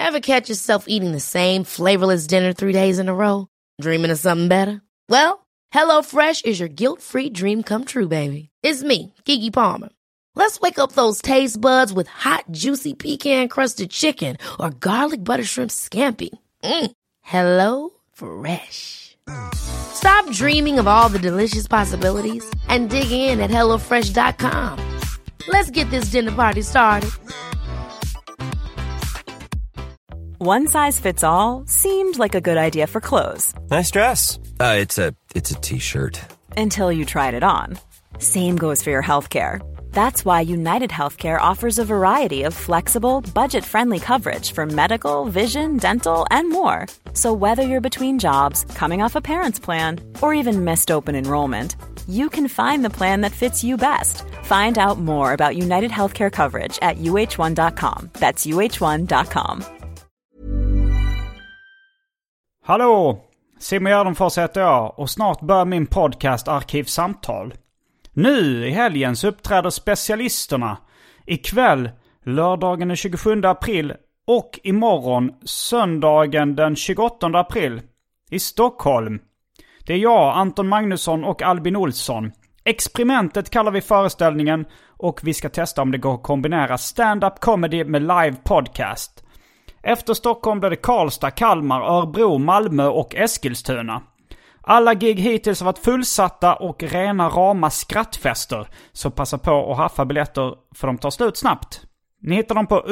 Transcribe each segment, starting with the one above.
Ever catch yourself eating the same flavorless dinner 3 days in a row? Dreaming of something better? Well, HelloFresh is your guilt-free dream come true, baby. It's me, Keke Palmer. Let's wake up those taste buds with hot, juicy pecan-crusted chicken or garlic butter shrimp scampi. Hello Fresh. Stop dreaming of all the delicious possibilities and dig in at HelloFresh.com. Let's get this dinner party started. One size fits all seemed like a good idea for clothes. Nice dress. It's a t-shirt. Until you tried it on. Same goes for your healthcare. That's why United Healthcare offers a variety of flexible, budget-friendly coverage for medical, vision, dental, and more. So whether you're between jobs, coming off a parent's plan, or even missed open enrollment, you can find the plan that fits you best. Find out more about United Healthcare coverage at uh1.com. That's uh1.com. Hallå! Simon Gärdenfors heter jag och snart börjar min podcast Arkivsamtal. Nu i helgen så uppträder specialisterna. Ikväll, lördagen den 27 april och imorgon, söndagen den 28 april i Stockholm. Det är jag, Anton Magnusson och Albin Olsson. Experimentet kallar vi föreställningen och vi ska testa om det går att kombinera stand-up comedy med live podcast. Efter Stockholm blir det Karlstad, Kalmar, Örebro, Malmö och Eskilstuna. Alla gig hittills har varit fullsatta och rena rama skrattfester, så passa på att haffa biljetter för de tar slut snabbt. Ni hittar dem på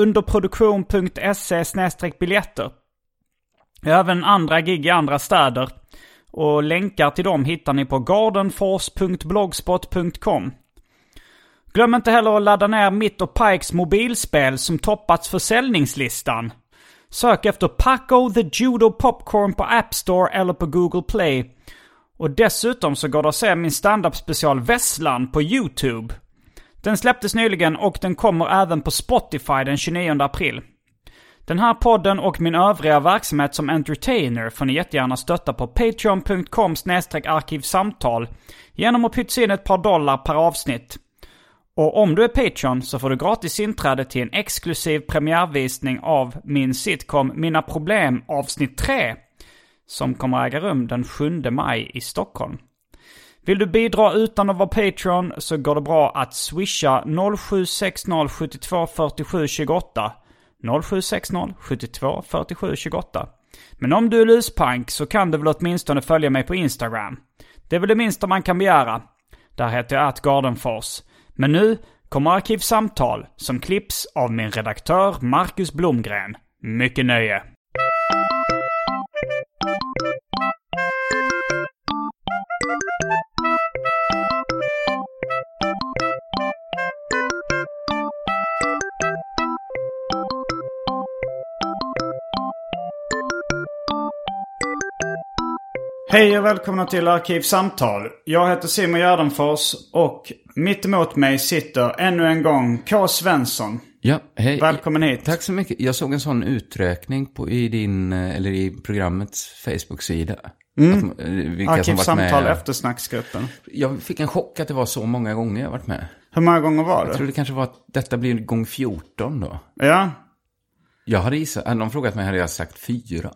underproduktion.se/biljetter. Även andra gig i andra städer och länkar till dem hittar ni på gardenfors.blogspot.com. Glöm inte heller att ladda ner mitt och Pikes mobilspel som toppats försäljningslistan. Sök efter Paco the Judo Popcorn på App Store eller på Google Play. Och dessutom så går det att se min stand-up special Vesslan på YouTube. Den släpptes nyligen och den kommer även på Spotify den 29 april. Den här podden och min övriga verksamhet som entertainer får ni jättegärna stötta på patreon.com/arkivsamtal genom att pytsa in ett par dollar per avsnitt. Och om du är Patreon så får du gratis inträde till en exklusiv premiärvisning av min sitcom Mina Problem avsnitt 3 som kommer äga rum den 7 maj i Stockholm. Vill du bidra utan att vara Patreon så går det bra att swisha 0760 72 47 28 0760 72 47 28. Men om du är luspank så kan du väl åtminstone följa mig på Instagram. Det är väl det minsta man kan begära. Där heter jag @Gardenfors. Men nu kommer Arkivsamtal som klipps av min redaktör Marcus Blomgren. Mycket nöje! Hej och välkomna till Arkivsamtal. Jag heter Simon Gärdenfors och mitt emot mig sitter ännu en gång K. Svensson. Ja, hej. Välkommen hit. Tack så mycket. Jag såg en sån uträkning i programmets Facebook-sida. Arkivsamtal eftersnacksgruppen. Jag fick en chock att det var så många gånger jag varit med. Hur många gånger var det? Jag tror det kanske var att detta blir gång 14 då. Ja. Jag hade gissat, hade någon frågat mig hade jag sagt 4.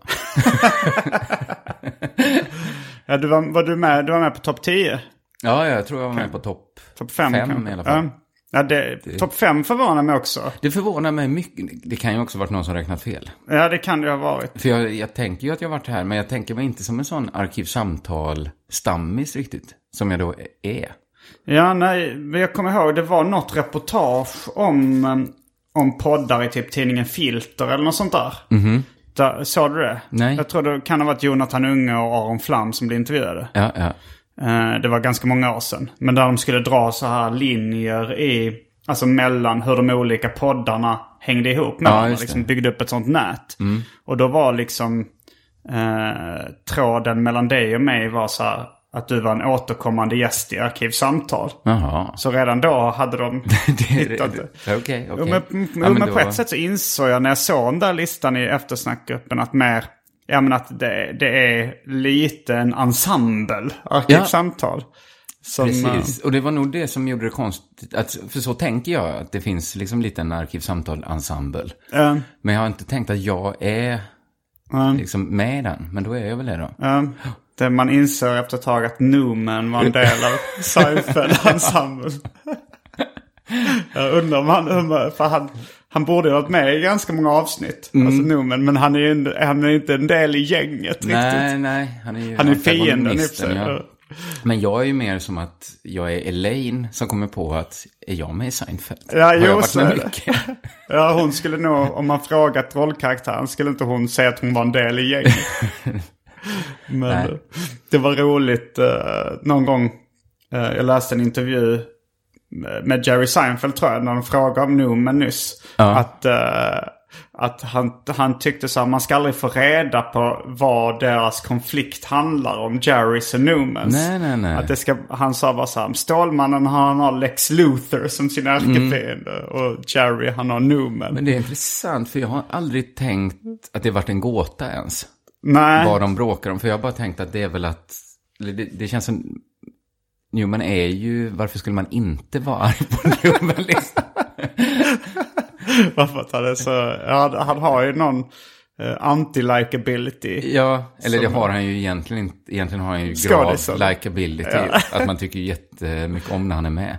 Ja, du var med på topp 10? Ja, jag tror jag var med på topp 5 i alla fall. Ja, topp 5 förvånar mig också. Det förvånar mig mycket. Det kan ju också varit någon som räknat fel. Ja, det kan det ha varit. För jag tänker ju att jag har varit här, men jag tänker mig inte som en sån arkivsamtal stammis riktigt, som jag då är. Ja, nej, jag kommer ihåg, det var något reportage om poddar i typ tidningen Filter eller något sånt där. Mhm. Såg du det? Nej. Jag tror det kan ha varit Jonathan Unge och Aron Flam som blev intervjuade. Ja. Det var ganska många år sedan. Men där de skulle dra så här linjer alltså mellan hur de olika poddarna hängde ihop med varandra. Liksom byggde upp ett sånt nät. Mm. Och då var liksom tråden mellan dig och mig var så här att du var en återkommande gäst i Arkivsamtal. Jaha. Så redan då hade de hittat det. Okej. Men på ett sätt så insåg jag när jag såg den där listan i eftersnackgruppen att att det är lite en ensemble Arkivsamtal. Precis, och det var nog det som gjorde det konstigt. För så tänker jag att det finns liksom lite en arkivsamtal-ensemble. Men jag har inte tänkt att jag är liksom med i den. Men då är jag väl det då. Det man inser efter ett tag att Newman var en del av Seinfeld-ensemble. Jag undrar om för han borde ha varit med i ganska många avsnitt. Alltså Newman, men han är inte en del i gänget riktigt. Nej, han är fienden. Ja. Men jag är ju mer som att jag är Elaine som kommer på att är jag med i Seinfeld? Ja, just det. Ja, hon skulle nog, om man frågat rollkaraktären, skulle inte hon säga att hon var en del i gänget. Men det var roligt någon gång. Jag läste en intervju med Jerry Seinfeld, tror jag, när de frågade om Newman nyss. Att han tyckte så att man ska aldrig få reda på vad deras konflikt handlar om, Jerrys och Newmans. Nej. Att han sa bara så här, Stålmannen han har Lex Luthor som sin ärkefiende och Jerry han har Newman. Men det är intressant, för jag har aldrig tänkt att det varit en gåta ens. Nej. Vad de bråkar om, för jag har bara tänkt att det är väl att det känns som Newman är ju, varför skulle man inte vara arg på Newman liksom? Varför att han är så, han har ju någon anti-likability. Ja, eller det har han ju egentligen inte. Egentligen har han ju grav likability. Att man tycker jättemycket om när han är med.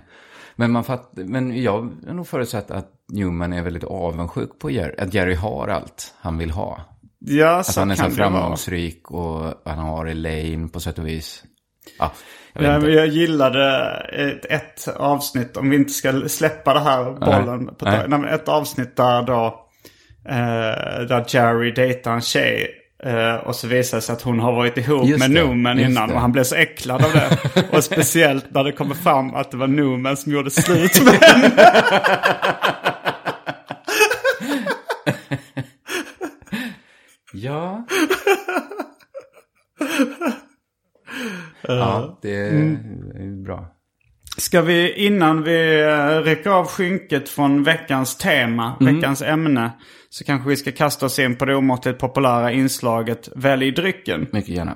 Men jag har nog förutsatt att Newman är väldigt avundsjuk på Jerry. Att Jerry har allt han vill ha. Ja, att han är så framgångsrik och han har Elaine på sätt och vis. Ja, jag gillade ett avsnitt, om vi inte ska släppa det här bollen på ett avsnitt där Jerry dejtar en tjej och så visar det sig att hon har varit ihop med Newman innan och han blev så äcklad av det. Och speciellt när det kommer fram att det var Newman som gjorde slut med henne. Ja. Ja, det är bra. Ska vi, innan vi räcker av skynket från veckans tema, veckans ämne, så kanske vi ska kasta oss in på det omåttligt populära inslaget Välj drycken. Mycket gärna.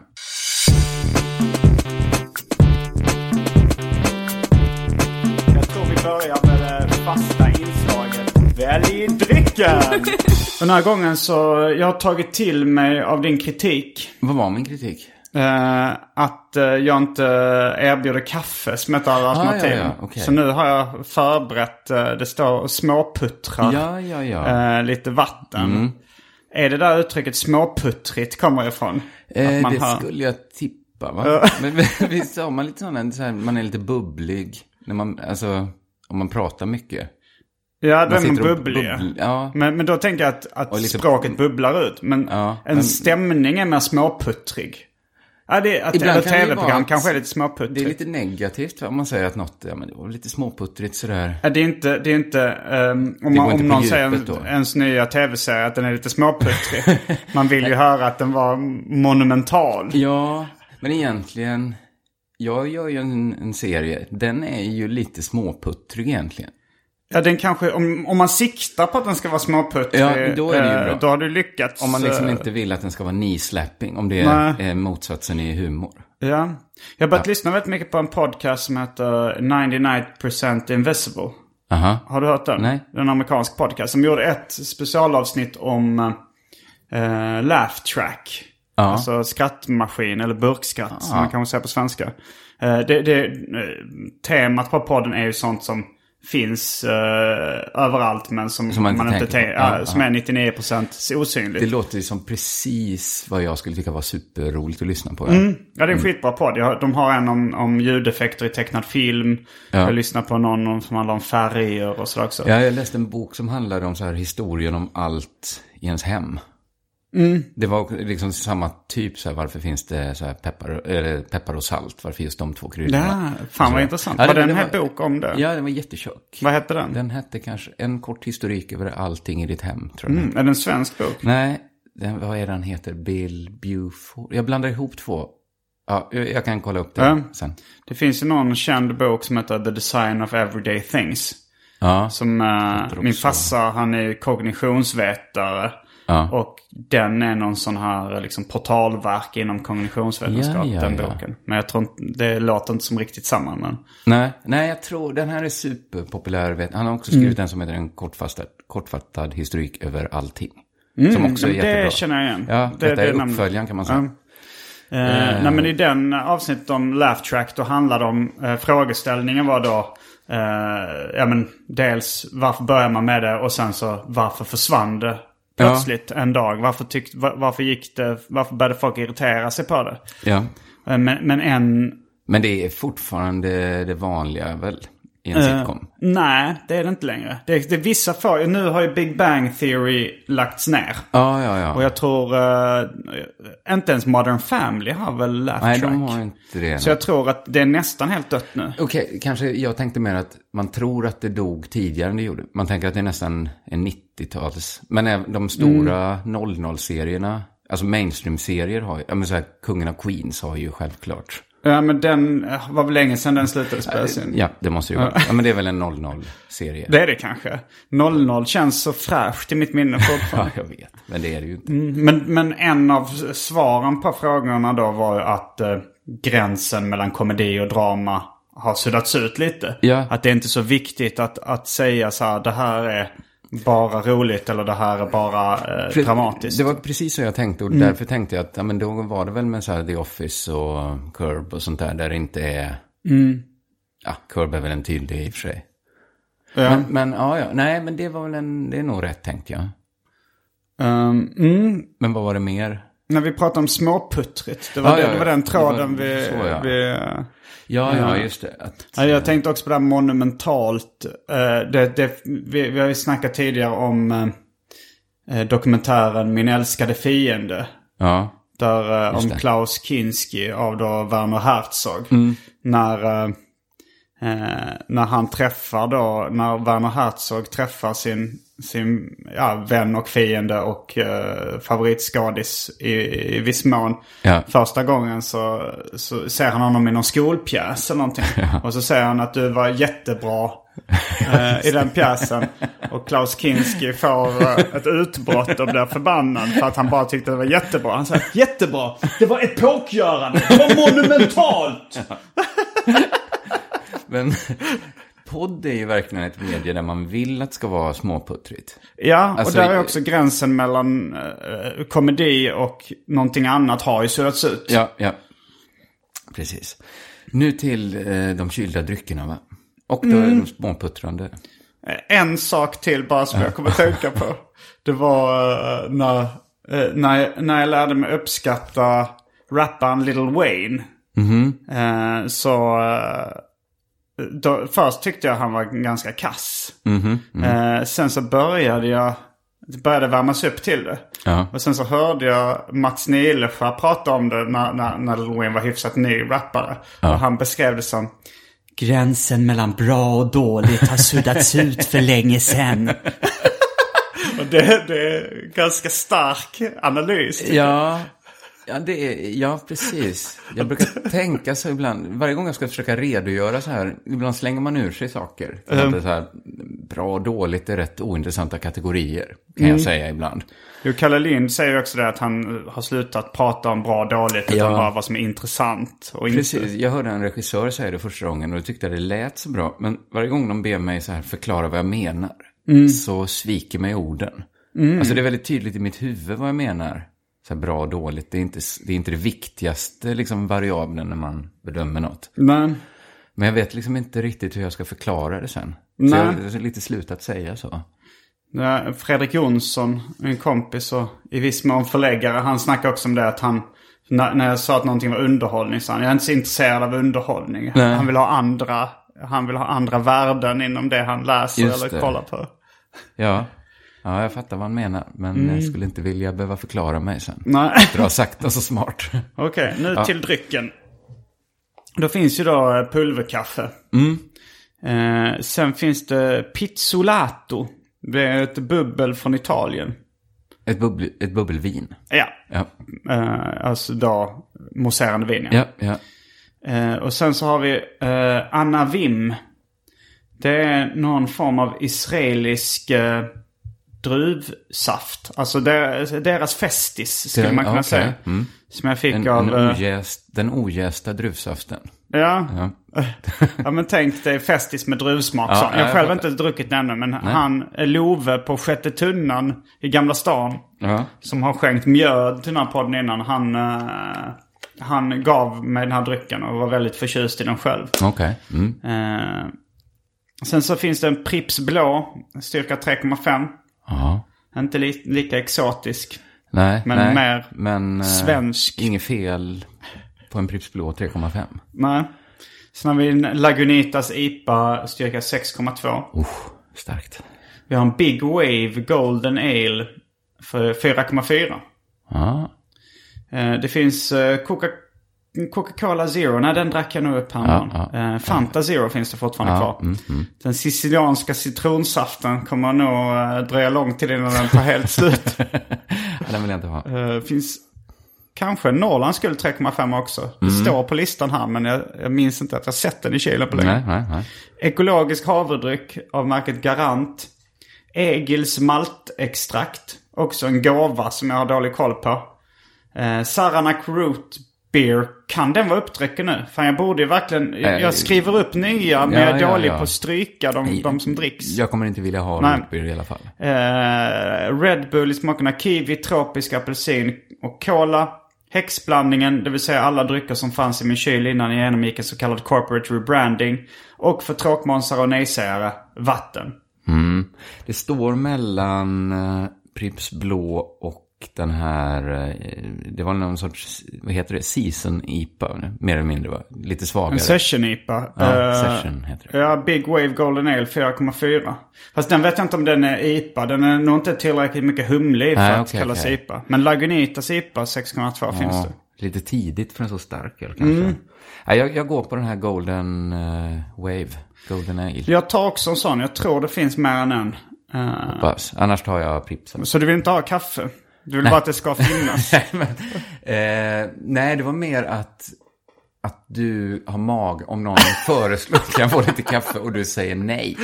Jag tror vi börjar med det fasta inslaget Välj drycken. Den här gången så jag har tagit till mig av din kritik. Vad var min kritik? Att jag inte erbjuder kaffe som ett alternativ. Okay. Så nu har jag förberett, det står småputtrar, lite vatten. Är det där uttrycket småputtrigt kommer ifrån? Det skulle jag tippa, va? Men visst har man lite sån, man är lite bubblig när man, alltså, om man pratar mycket. Ja, den är bubblig. Ja. Men då tänker jag att språket bubblar ut. Men en stämning är mer småputtrig. Ja, ett tv-program kanske är lite småputtrigt. Det är lite negativt om man säger att något det var lite småputtrigt sådär. Ja, det är inte om någon säger ens nya tv-serie att den är lite småputtrig. Man vill ju höra att den var monumental. Ja, men egentligen, jag gör ju en serie. Den är ju lite småputtrig egentligen. Ja, den kanske, om man siktar på att den ska vara småputtrig, då är det ju bra. Då har du lyckats. Om man liksom inte vill att den ska vara knee-slapping, om det är motsatsen i humor. Ja, jag har börjat lyssna väldigt mycket på en podcast som heter 99% Invisible. Aha. Har du hört den? Nej. Det är en amerikansk podcast som gjorde ett specialavsnitt om laugh track. Alltså skrattmaskin eller burkskratt som man kan säga på svenska. Temat på podden är ju sånt som finns överallt men som man inte tänker som är 99% osynligt. Det låter ju som precis vad jag skulle tycka var superroligt att lyssna på. Ja, det är en skitbra podd. De har en om ljudeffekter i tecknad film. Jag lyssnar på någon som handlar om färger och sådär också. Ja, jag läste en bok som handlade om så här historien om allt i ens hem. Det var liksom samma typ så här, varför finns det så här peppar och salt, varför just de två kryddorna. Ja, fan vad intressant. Var det en här bok om det? Ja, den var jättetjock. Vad hette den? Den hette kanske En kort historik över allting i ditt hem, tror jag. Är det en svensk bok? Nej, vad är den heter? Bill Buford. Jag blandar ihop två. Ja, jag kan kolla upp det sen. Det finns ju någon känd bok som heter The Design of Everyday Things. Ja. Som min farsa, han är kognitionsvetare. Ja. Och den är någon sån här liksom portalverk inom kognitionsvetenskap, den boken. Men jag tror inte, det låter inte som riktigt samma. Men... Nej, jag tror den här är superpopulär. Han har också skrivit en som heter en kortfattad historik över allting. Som också är jättebra. Det känner jag igen. Ja, detta är uppföljaren kan man säga. Nej, men i den avsnittet om Laugh Track då handlade om frågeställningen var då dels varför börjar man med det och sen så varför försvann det plötsligt en dag. Varför började folk irritera sig på det? Ja. Men det är fortfarande det vanliga väl i en sitcom? Nej, det är det inte längre. Det är vissa frågor. Nu har ju Big Bang Theory lagts ner. Ja. Och jag tror inte ens Modern Family har väl Laugh Track. Nej, de har inte det. Så jag tror att det är nästan helt dött nu. Okej, kanske jag tänkte mer att man tror att det dog tidigare än det gjorde. Man tänker att det är nästan en 90-tals. Men de stora 00-serierna, alltså mainstream-serier har ju, så här, Kungen av Queens har ju självklart. Ja, men den var väl länge sedan den slutade spelas in. Ja, det måste ju vara. Ja, men det är väl en 00-serie. Det är det kanske. 00 känns så fräscht i mitt minne fortfarande. Ja, jag vet. Men det är det ju inte. Men en av svaren på frågorna då var ju att gränsen mellan komedi och drama har suddats ut lite. Ja. Att det är inte så viktigt att säga så här, det här är bara roligt eller det här är bara dramatiskt. Det var precis så jag tänkte och därför tänkte jag att men då var det väl med så här The Office och Curb och sånt där det inte är... Ja, Curb är väl en tydlig i och för sig. Ja. Men nej, men det var väl det är nog rätt tänkte jag. Men vad var det mer? När vi pratade om småputtrigt, det var den tråden vi Ja, just det. Jag tänkte också på det här monumentalt. Vi har ju snackat tidigare om dokumentären Min älskade fiende. Ja. Där om Klaus Kinski av då Werner Herzog. När Werner Herzog träffar sin vän och fiende och favoritskadis i viss mån. Ja. Första gången så ser han honom i någon skolpjäs eller någonting. Ja. Och så säger han att du var jättebra i den pjäsen. Och Klaus Kinski får ett utbrott och blir förbannad för att han bara tyckte det var jättebra. Han säger jättebra, det var epokgörande, det var monumentalt. Men podd är ju verkligen ett medie där man vill att det ska vara småputtrigt. Ja, alltså, och där är också gränsen mellan komedi och någonting annat har ju suddats ut. Ja, precis. Nu till de kylda dryckerna, va? Och då är de småputtrande. En sak till bara som jag kommer att tänka på. Det var när jag lärde mig uppskatta rapparen Lil Wayne. Först tyckte jag han var ganska kass. Sen så började värmas upp till det. Ja. Och sen så hörde jag Mats Nilesjö prata om det när Lil Wayne var hyfsat ny rappare. Ja. Och han beskrev det som gränsen mellan bra och dåligt har suddats ut för länge sedan. Och det är ganska stark analys. Ja, precis. Jag brukar tänka så ibland, varje gång jag ska försöka redogöra så här, ibland slänger man ur sig saker. För att det är så här, bra och dåligt är rätt ointressanta kategorier, kan jag säga ibland. Kalle Lind säger också det att han har slutat prata om bra och dåligt, utan bara vad som är intressant. Och precis, jag hörde en regissör säga det första gången och tyckte att det lät så bra. Men varje gång de ber mig så här förklara vad jag menar, så sviker mig orden. Alltså det är väldigt tydligt i mitt huvud vad jag menar. Så här bra och dåligt. Det är inte det viktigaste liksom, variablen när man bedömer något. Nej. Men jag vet liksom inte riktigt hur jag ska förklara det sen. Så jag har lite slutat säga så. Ja, Fredrik Jonsson, en kompis och i viss mån förläggare, han snackar också om det att han, när jag sa att någonting var underhållning, så han är inte så intresserad av underhållning. Han vill ha andra värden inom det han läser eller kollar på. Ja, jag fattar vad han menar. Men jag skulle inte vilja behöva förklara mig sen. Nej. För att ha sagt det så smart. Okej, nu till drycken. Då finns ju då pulverkaffe. Sen finns det pizzolato. Det är ett bubbel från Italien. Ett bubbelvin. Ja. Alltså då mousserande vin. Ja. Och sen så har vi Anavim. Det är någon form av israelisk druvsaft. Alltså deras festis skulle man kunna säga. Mm. Som jag fick av... Den ogästa druvsaften. Ja. Ja, men tänk dig festis med druvsmak. Ja, jag själv har inte druckit den ännu, men han Love på Sjätte tunnan i Gamla stan, som har skänkt mjöd till den här podden innan, han gav mig den här drycken och var väldigt förtjust i den själv. Okej. Sen så finns det en Pripps blå, styrka 3,5. Ja. Inte lika exotisk. Nej, mer svensk. Inget fel på en Pripps blå 3,5. Nej. Sen har vi en Lagunitas IPA, styrka 6,2. Starkt. Vi har en Big Wave Golden Ale för 4,4. Ja. Det finns Coca-Cola Zero. Nej, den drack jag nog upp här. Fanta Zero finns det fortfarande kvar. Den sicilianska citronsaften kommer nog dröja långt till innan den tar helt slut. Den vill jag inte ha. Finns kanske Norrlands Guld 3,5 också. Det står på listan här, men jag minns inte att jag sett den i kylen på länge. Nej. Ekologisk havredryck av märket Garant. Egils maltextrakt. Också en gåva som jag har dålig koll på. Saranac Root Beer. Kan den vara uppdrycken nu? Fan, jag borde ju verkligen... Jag skriver upp nya, men jag är dålig på att stryka de som dricks. Jag kommer inte vilja ha Root Beer i alla fall. Red Bull i smakerna kiwi, tropisk apelsin och cola. Häxblandningen, det vill säga alla drycker som fanns i min kyl innan jag genomgick en så kallad corporate rebranding. Och för tråkmånsar och nejsägare, vatten. Det står mellan Pripps blå och den här, det var någon sorts, vad heter det, Season IPA, mer eller mindre, va? Lite svagare. En Session IPA. Session heter det. Ja, Big Wave Golden Ale 4,4. Fast den vet jag inte om den är IPA. Den är nog inte tillräckligt mycket humlig för att kallas IPA. Men Lagunitas IPA 6,2 finns det. Lite tidigt för en så stark öl kanske. Jag går på den här Golden Wave, Golden Ale. Jag tar också en sån, jag tror det finns mer än en. Hoppas. Annars tar jag Pripsen. Så du vill inte ha kaffe? Du vill bara att det ska finnas? Nej, det var mer att du har mag om någon föreslår kan jag få lite kaffe och du säger nej.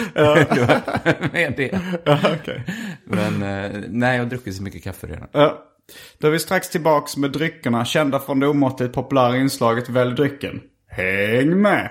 Med det. Okay. Men nej, jag har druckit så mycket kaffe redan. Då är vi strax tillbaks med dryckerna, kända från det omåttligt populära inslaget Välj drycken. Häng med!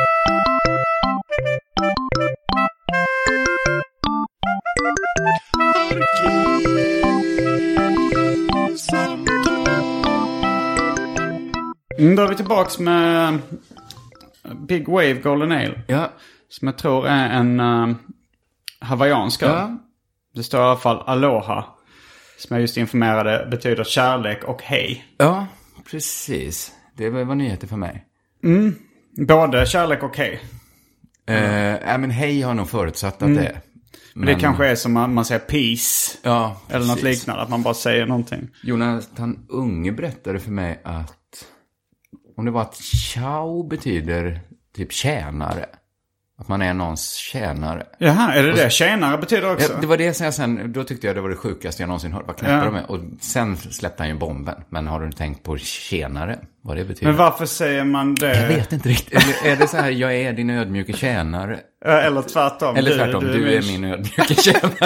Då är vi tillbaks med Big Wave Golden Ale. Ja. Som jag tror är en hawaiiansk. Ja. Det står i alla fall Aloha. Som jag just informerade betyder kärlek och hej. Ja, precis. Det var nyheter för mig. Både kärlek och hej. Men hej har nog förutsatt att det är. Men det kanske är som man säger peace. Ja, eller något liknande. Att man bara säger någonting. Jonathan Unge berättade för mig att om det var att ciao betyder typ tjänare. Att man är någons tjänare. Jaha, är det tjänare betyder också? Ja, det var det som jag sen, då tyckte jag det var det sjukaste jag någonsin hört. Vad knäppar de med? Och sen släppte han ju bomben. Men har du tänkt på tjänare? Vad det betyder? Men varför säger man det? Jag vet inte riktigt. Eller är det så här, jag är din ödmjuka tjänare? Eller tvärtom. Eller tvärtom, du är min ödmjuka tjänare.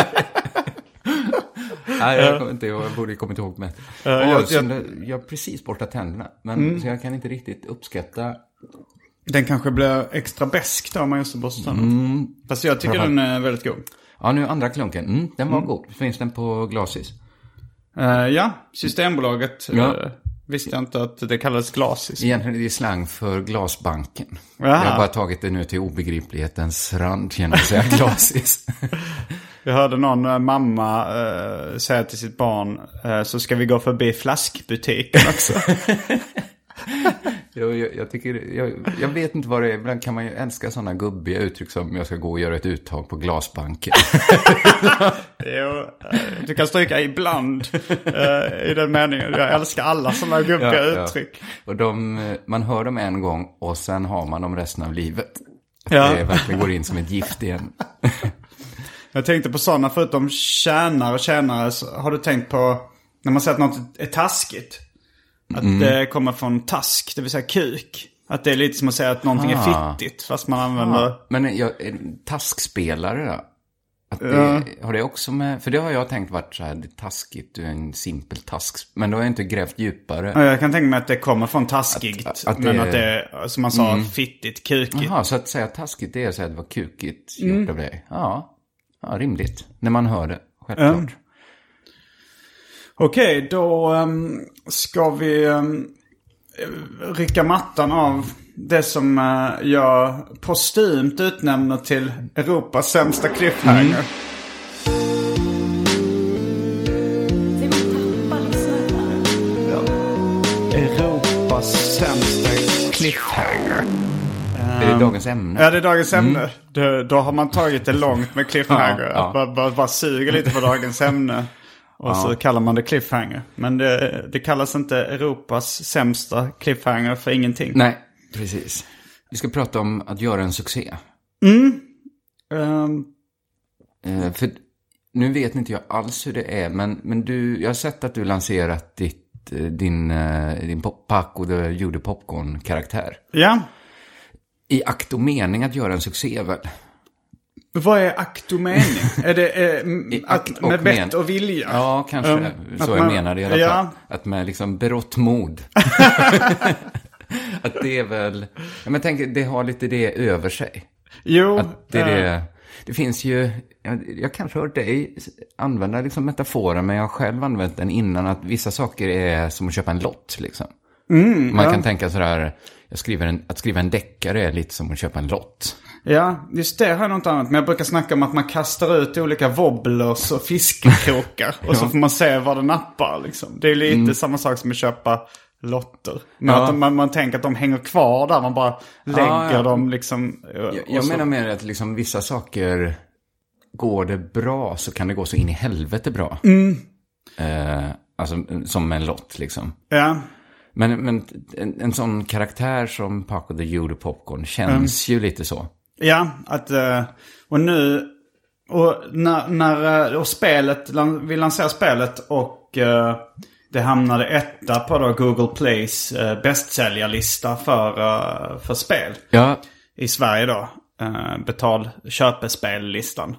Nej, jag borde kommit ihåg med. Jag har precis bortat tänderna. Men så jag kan inte riktigt uppskatta. Den kanske blir extra bäsk då om man just borstar tänderna. Fast jag tycker den är väldigt god. Ja, nu andra klunken. Den var god. Finns den på Glasis? Ja, Systembolaget. Visste jag inte att det kallades Glasis. Egentligen är det slang för glasbanken. Jaha. Jag har bara tagit det nu till obegriplighetens rand genom att säga Glasis. Jag hörde någon mamma säga till sitt barn så ska vi gå förbi flaskbutiken också. Jag vet inte vad det är. Ibland kan man ju älska sådana gubbiga uttryck som jag ska gå och göra ett uttag på glasbanken. Du kan stryka ibland i den meningen. Jag älskar alla sådana gubbiga uttryck. Och man hör dem en gång och sen har man dem resten av livet. Det verkligen går in som ett gift igen. Jag tänkte på sådana, förutom tjänare, så har du tänkt på när man säger att något är taskigt? Att det kommer från task, det vill säga kuk. Att det är lite som att säga att någonting är fittigt, fast man använder... Men taskspelare då? Att det, har det också med... För det har jag tänkt varit så här, det är taskigt, du är en simpel task. Men då har jag inte grävt djupare. Ja, jag kan tänka mig att det kommer från taskigt. Att det är, som man sa, fittigt, kukigt. Jaha, så att säga taskigt, det är så att det var kukigt gjort av dig. Ja, rimligt. När man hör det, självklart. Okej, då ska vi rycka mattan av det som jag postumt utnämner till Europas sämsta cliffhanger. Europas sämsta cliffhanger. Är det dagens ämne? Ja, det är dagens ämne. Då har man tagit det långt med cliffhanger. Att bara suga lite på dagens ämne. Och så kallar man det cliffhanger. Men det kallas inte Europas sämsta cliffhanger för ingenting. Nej, precis. Vi ska prata om att göra en succé. För nu vet inte jag alls hur det är. Men jag har sett att du lanserat din Paco the Jude Popcorn-karaktär. Ja. I akt och mening att göra en succé, väl? Vad är akt och mening? Är det med vett och vilja? Ja, kanske. Så jag menade i alla fall. Att med liksom berått mod. Att det är väl... Ja, men tänk, det har lite det över sig. Jo. Att det finns ju... Jag kanske hört dig använda liksom metaforen, men jag har själv använt den innan. Att vissa saker är som att köpa en lott, liksom. Man kan tänka sådär... Att skriva en deckare är lite som att köpa en lott. Ja, just det har jag något annat. Men jag brukar snacka om att man kastar ut olika wobblers och fiskekrokar. Och så får man se vad det nappar, liksom. Det är lite samma sak som att köpa lotter. Men att man tänker att de hänger kvar där. Man bara lägger dem liksom... Jag menar mer att liksom vissa saker... Går det bra så kan det gå så in i helvete bra. Alltså som en lott, liksom. Ja. Men en sån karaktär som Paco the Jude Popcorn känns ju lite så. Ja, och nu och när spelet vi lanserade spelet och det hamnade etta på då Google Plays bästsäljarlista för spel. Ja. I Sverige då. Köpespellistan.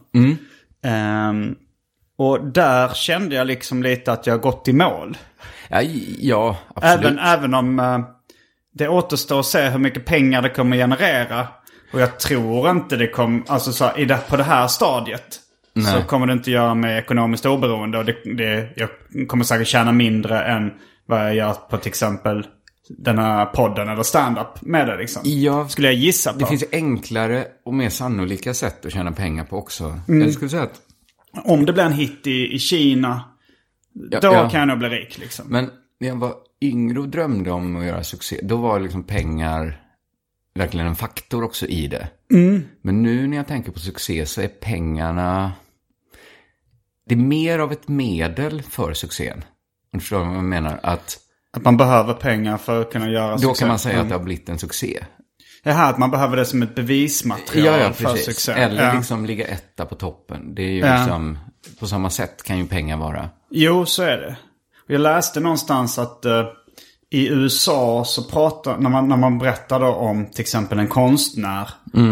Och där kände jag liksom lite att jag gått i mål. Ja, absolut. Även om det återstår att se hur mycket pengar det kommer generera. Och jag tror inte det kommer... Alltså så på det här stadiet. Nej. Så kommer det inte göra mig ekonomiskt oberoende. Och jag kommer säkert tjäna mindre än vad jag gör på till exempel den här podden eller stand-up med det, liksom. Ja, skulle jag gissa på. Det finns enklare och mer sannolika sätt att tjäna pengar på också. Jag skulle säga att... Om det blir en hit i Kina... Då kan jag nog bli rik, liksom. Men när jag var yngre och drömde om att göra succé, då var liksom pengar verkligen en faktor också i det. Men nu när jag tänker på succé så är pengarna... Det är mer av ett medel för succén. Du förstår vad jag menar? Att man behöver pengar för att kunna göra succé. Då kan man säga att det har blivit en succé. Det här att man behöver det som ett bevismaterial för succé. Eller liksom ligga etta på toppen. Det är ju liksom... På samma sätt kan ju pengar vara. Jo, så är det. Jag läste någonstans att i USA så när man berättar då om till exempel en konstnär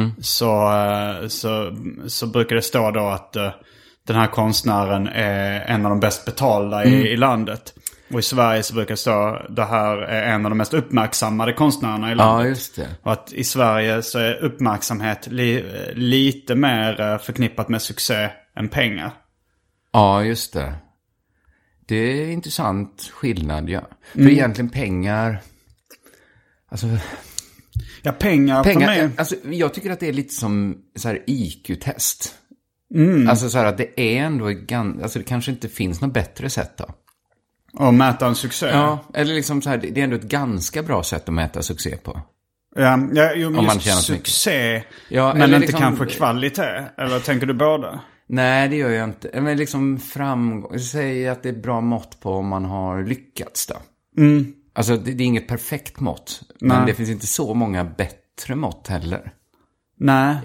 så brukar det stå då att den här konstnären är en av de bäst betalda i landet. Och i Sverige så brukar det stå det här är en av de mest uppmärksammade konstnärerna i landet. Ja, just det. Och att i Sverige så är uppmärksamhet lite mer förknippat med succé än pengar. Ja, just det. Det är intressant skillnad, ja. För egentligen pengar... Alltså... Ja, pengar för mig... Alltså, jag tycker att det är lite som så här IQ-test. Alltså så här att det är ändå... Alltså det kanske inte finns något bättre sätt då. Att mäta en succé? Ja, eller liksom så här... Det är ändå ett ganska bra sätt att mäta succé på. Ja, om man känner succé, men inte liksom, kanske kvalitet. Eller tänker du båda? Nej, det gör jag inte. Men liksom framgång. Säg att det är bra mått på om man har lyckats då. Alltså det är inget perfekt mått. Men det finns inte så många bättre mått heller. Nej,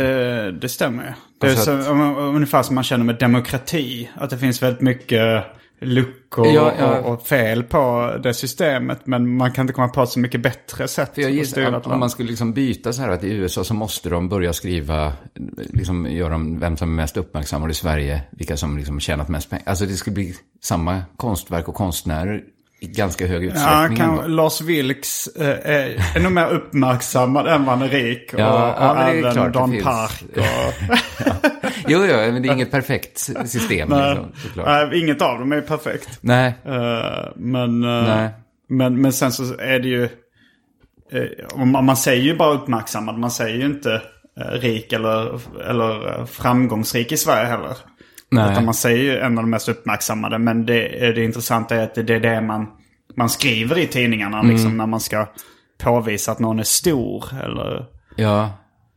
det stämmer. Det är så, ungefär som man känner med demokrati. Att det finns väldigt mycket luckor och fel på det systemet. Men man kan inte komma på ett så mycket bättre sätt. För jag gissar, om man skulle liksom byta så här att i USA så måste de börja skriva, liksom göra om vem som är mest uppmärksammad i Sverige, vilka som liksom tjänat mest pengar. Alltså det skulle bli samma konstverk och konstnärer i ganska hög utsträckning. Ja, Lars Vilks är nog mer uppmärksammad än man är rik. Och även klart, Don Park. Jo, men det är inget perfekt system. Liksom, inget av dem är perfekt. Nej. Men sen så är det ju... man säger ju bara uppmärksammad. Man säger ju inte rik eller framgångsrik i Sverige heller. Nej. Utan man säger ju en av de mest uppmärksammade. Men det intressanta är att det är det man skriver i tidningarna. Liksom, när man ska påvisa att någon är stor. Eller... Ja.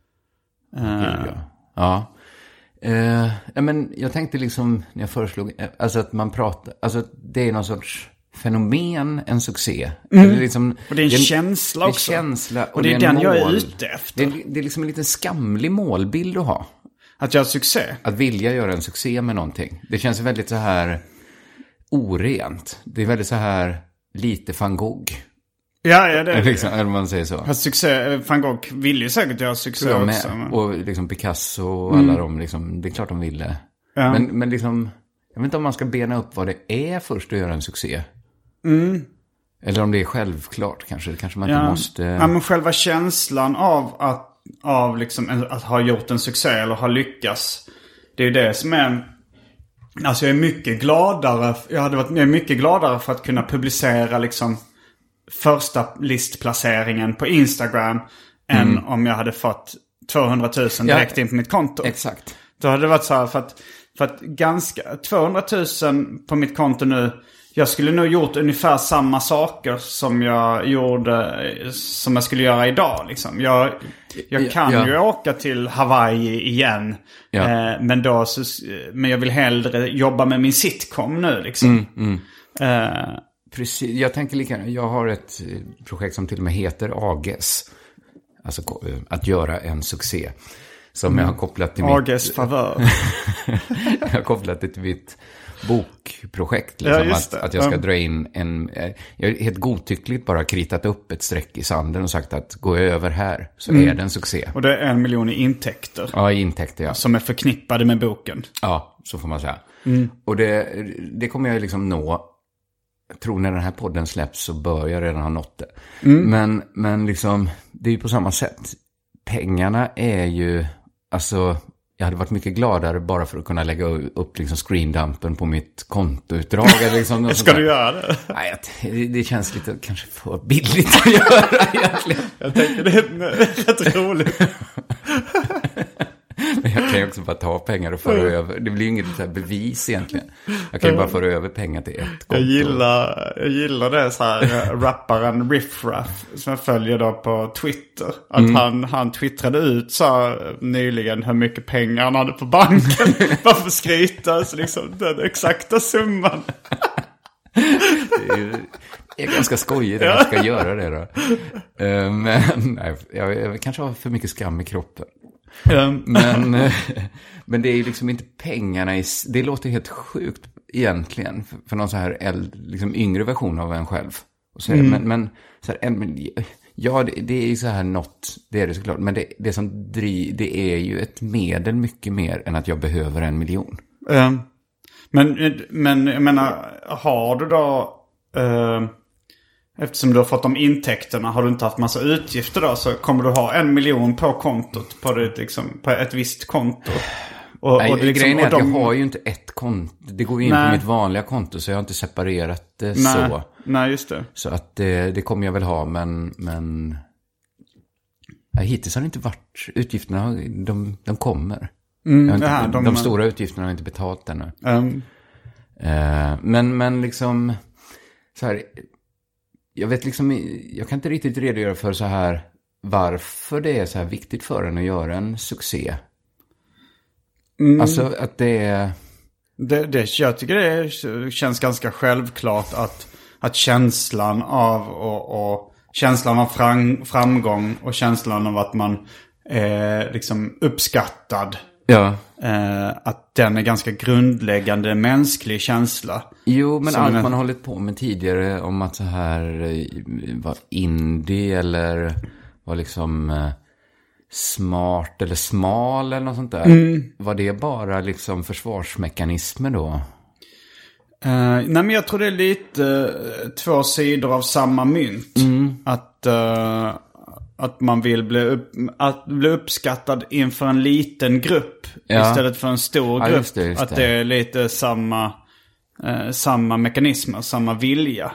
Men jag tänkte liksom, när jag föreslog, alltså att man pratar, alltså det är någon sorts fenomen, en succé. Eller liksom, och det är en känsla också. Och det är den jag är ute efter. Det är liksom en liten skamlig målbild att ha. Att göra succé? Att vilja göra en succé med någonting. Det känns väldigt så här orent. Det är väldigt så här lite van Gogh. Ja, det är liksom, eller man säger så. Fast succé, van Gogh vill ju säkert göra succé också. Och liksom Picasso och alla de, liksom, det är klart de ville. Ja. Men liksom, jag vet inte om man ska bena upp vad det är först att göra en succé. Eller om det är självklart kanske. Kanske man inte måste... Ja, men själva känslan av liksom att ha gjort en succé eller ha lyckats. Det är ju det som är... Alltså jag är mycket gladare. Jag är mycket gladare för att kunna publicera liksom första listplaceringen på Instagram än om jag hade fått 200 000 direkt in på mitt konto. Exakt. Då hade det varit så här för att ganska 200 000 på mitt konto nu. Jag skulle nog gjort ungefär samma saker som jag gjorde, som jag skulle göra idag liksom. Jag kan ju åka till Hawaii igen. Men jag vill hellre jobba med min sitcom nu liksom. Precis, jag tänker likadant. Jag har ett projekt som till och med heter AGES. Alltså att göra en succé. Som jag har kopplat till AGES favör. Jag har kopplat det till mitt bokprojekt. Liksom, att jag ska dra in jag är helt godtyckligt bara kritat upp ett streck i sanden och sagt att gå över här så är det en succé. Och det är 1 miljon i intäkter. Ja, i intäkter, ja. Som är förknippade med boken. Ja, så får man säga. Och det kommer jag liksom nå. Jag tror när den här podden släpps så bör jag redan ha nått det. Men liksom, det är ju på samma sätt. Pengarna är ju, alltså, jag hade varit mycket gladare bara för att kunna lägga upp liksom screendumpen på mitt kontoutdrag. Liksom, ska du göra det? Nej, det känns lite kanske för billigt att göra egentligen. Jag tänker det är rätt roligt. Men jag kan ju också bara ta pengar och föra över. Det blir ju inget så här bevis egentligen. Jag kan ju bara föra över pengar till ett konto. Jag gillar det så här rapparen Riff Raff som jag följer då på Twitter. Att han twittrade ut så nyligen hur mycket pengar han hade på banken. Bara för att skryta så liksom den exakta summan. Det är ganska skojigt att jag ska göra det då. Men nej, jag kanske har för mycket skam i kroppen. Men det är ju liksom inte pengarna det låter helt sjukt egentligen för någon så här liksom yngre version av en själv. Och så men så här, det är ju så här något, det är det såklart, men det som det är ju ett medel mycket mer än att jag behöver 1 miljon. Men jag menar, har du då eftersom du har fått de intäkterna, har du inte haft massa utgifter då, så kommer du ha 1 miljon på kontot på det, liksom, på ett visst konto. Nej, och det liksom, grejen är att jag har ju inte ett konto. Det går in på mitt vanliga konto, så jag har inte separerat det så. Nej, just det. Så att det kommer jag väl ha, men hittills har det inte varit utgifterna, de kommer. De stora utgifterna har inte betalt ännu. Men liksom så här, jag vet liksom, jag kan inte riktigt redogöra för så här varför det är så här viktigt för en att göra en succé. Alltså att det är... Jag tycker det känns ganska självklart att känslan av och känslan av framgång och känslan av att man är liksom uppskattad att den är ganska grundläggande mänsklig känsla. Jo, men allt man har hållit på med tidigare om att så här var indie eller var liksom smart eller smal eller något sånt där. Var det bara liksom försvarsmekanismer då? Nej, men jag tror det är lite två sidor av samma mynt. Att man vill bli uppskattad inför en liten grupp istället för en stor grupp. Just det. Att det är lite samma mekanismer, samma vilja.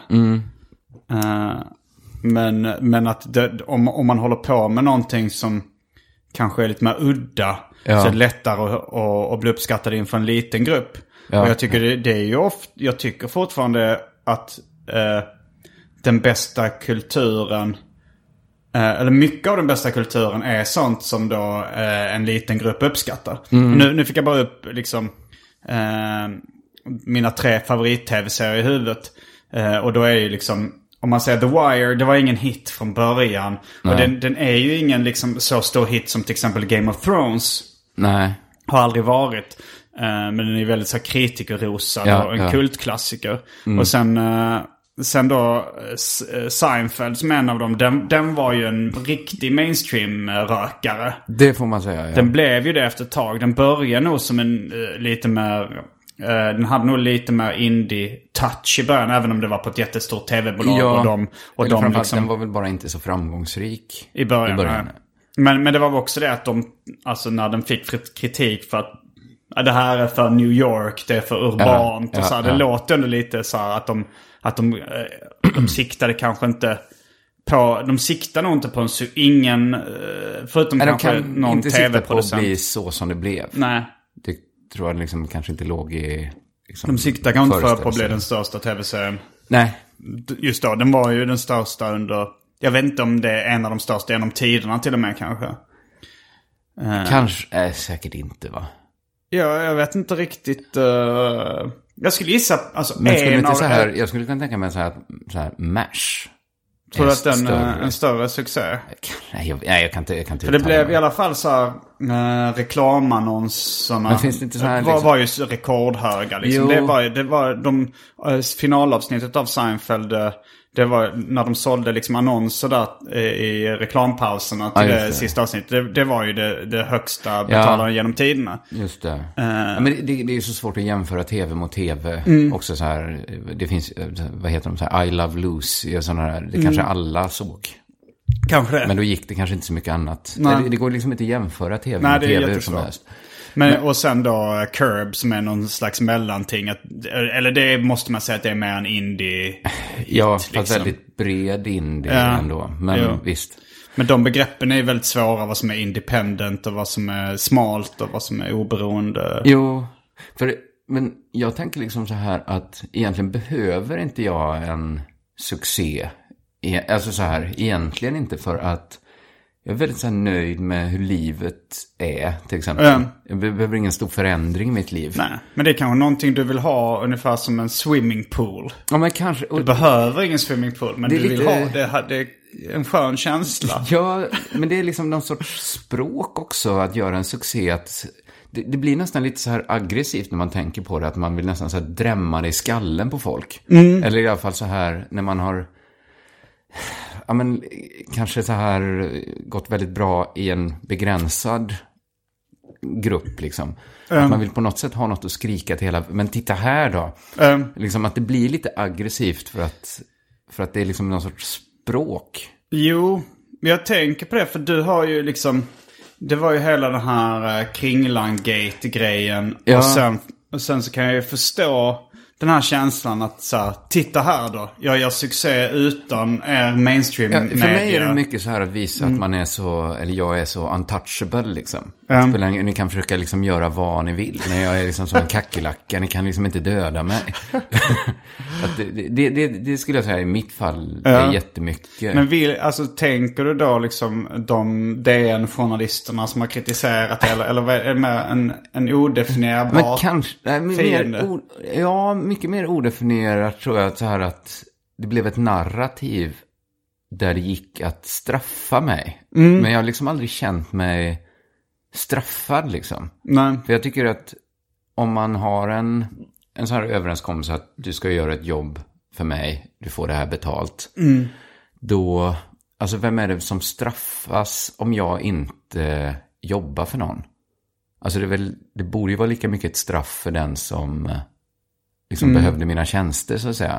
Men att om man håller på med någonting som kanske är lite mer udda så är det lättare att bli uppskattad inför en liten grupp. Ja. Och jag tycker det är ju jag tycker fortfarande att den bästa kulturen eller mycket av den bästa kulturen är sånt som då en liten grupp uppskattar. Nu fick jag bara upp liksom mina 3 favorit-tv-serier i huvudet. Och då är ju liksom, om man säger The Wire, det var ingen hit från början. Nej. Och den är ju ingen liksom så stor hit som till exempel Game of Thrones. Nej. Har aldrig varit. Men den är väldigt så kritikerrosad och en kultklassiker. Och sen då Seinfeld som en av dem, den var ju en riktig mainstream-rökare. Det får man säga, ja. Den blev ju det efter ett tag. Den började nog som en lite mer... den hade nog lite mer indie-touch i början, även om det var på ett jättestort tv-bolag. Ja, och de liksom, den var väl bara inte så framgångsrik i början. Men det var också det att de, alltså när den fick kritik för att det här är för New York, det är för urbant och så här, det låter ändå lite så här att de siktade kanske inte på, de siktar nog inte på ingen, förutom kanske någon tv-producent. På att bli så som det blev. Nej. Det tror jag liksom kanske inte låg i liksom, de siktar kanske inte för på att bli den största tv-serien. Nej. Just då, den var ju den största under, jag vet inte om det är en av de största genom tiderna till och med kanske. Kanske, säkert inte va? Ja, jag vet inte riktigt. Jag skulle gissa, alltså men skulle inte så här, jag skulle kunna tänka mig så här MASH. Tror du att den är en större succé? Nej, jag kan inte. För det blev i alla fall så här reklamannonserna. Men finns det inte så här var ju rekordhöga liksom. Det var de finalavsnittet av Seinfeld. Det var när de sålde liksom annonser där i reklampauserna till det sista avsnittet. Det var ju det högsta betalaren genom tiderna. Just det. Men det är ju så svårt att jämföra tv mot tv. Också så här, det finns, vad heter de, så här, I Love Lucy och sådana där. Det kanske alla såg. Kanske det. Men då gick det kanske inte så mycket annat. Det går liksom inte att jämföra tv med tv hur som helst. Men, och sen då Curb som är någon slags mellanting. Eller det måste man säga att det är mer en indie. Ja, fast liksom. Väldigt bred indie ändå. Men visst. Men de begreppen är väldigt svåra. Vad som är independent och vad som är smalt och vad som är oberoende. Jo, men jag tänker liksom så här att egentligen behöver inte jag en succé. Alltså så här, egentligen inte för att jag är väldigt så här nöjd med hur livet är, till exempel. Jag behöver ingen stor förändring i mitt liv. Nej, men det är kanske någonting du vill ha ungefär som en swimmingpool. Ja, men kanske. Du behöver ingen swimmingpool, men du vill ha det. Det är en skön känsla. Ja, men det är liksom någon sorts språk också att göra en succé. Att det blir nästan lite så här aggressivt när man tänker på det. Att man vill nästan så här drämma det i skallen på folk. Eller i alla fall så här när man har... Ja, men kanske så här gått väldigt bra i en begränsad grupp liksom. Att man vill på något sätt ha något att skrika till hela. Men titta här då. Liksom att det blir lite aggressivt för att det är liksom någon sorts språk. Jo, jag tänker på det för du har ju liksom, det var ju hela den här Kringlan-gate-grejen. Ja. Och sen så kan jag ju förstå den här känslan att så här, titta här då. Jag gör succé utan mainstream media. För mig är det mycket så här att visa att man är så, eller jag är så untouchable liksom. Ni kan försöka liksom göra vad ni vill. Men jag är liksom som en kackerlacka. Ni kan liksom inte döda mig. Att det skulle jag säga i mitt fall är jättemycket. Men alltså, tänker du då liksom de DN-journalisterna som har kritiserat eller är det med en odefinierbar men kanske, mycket mer odefinierat tror jag så här att det blev ett narrativ där det gick att straffa mig. Men jag har liksom aldrig känt mig straffad liksom. Nej. För jag tycker att om man har en sån här överenskommelse att du ska göra ett jobb för mig, du får det här betalt. Då, alltså vem är det som straffas om jag inte jobbar för någon? Alltså det borde ju vara lika mycket ett straff för den som liksom behövde mina tjänster, så att säga.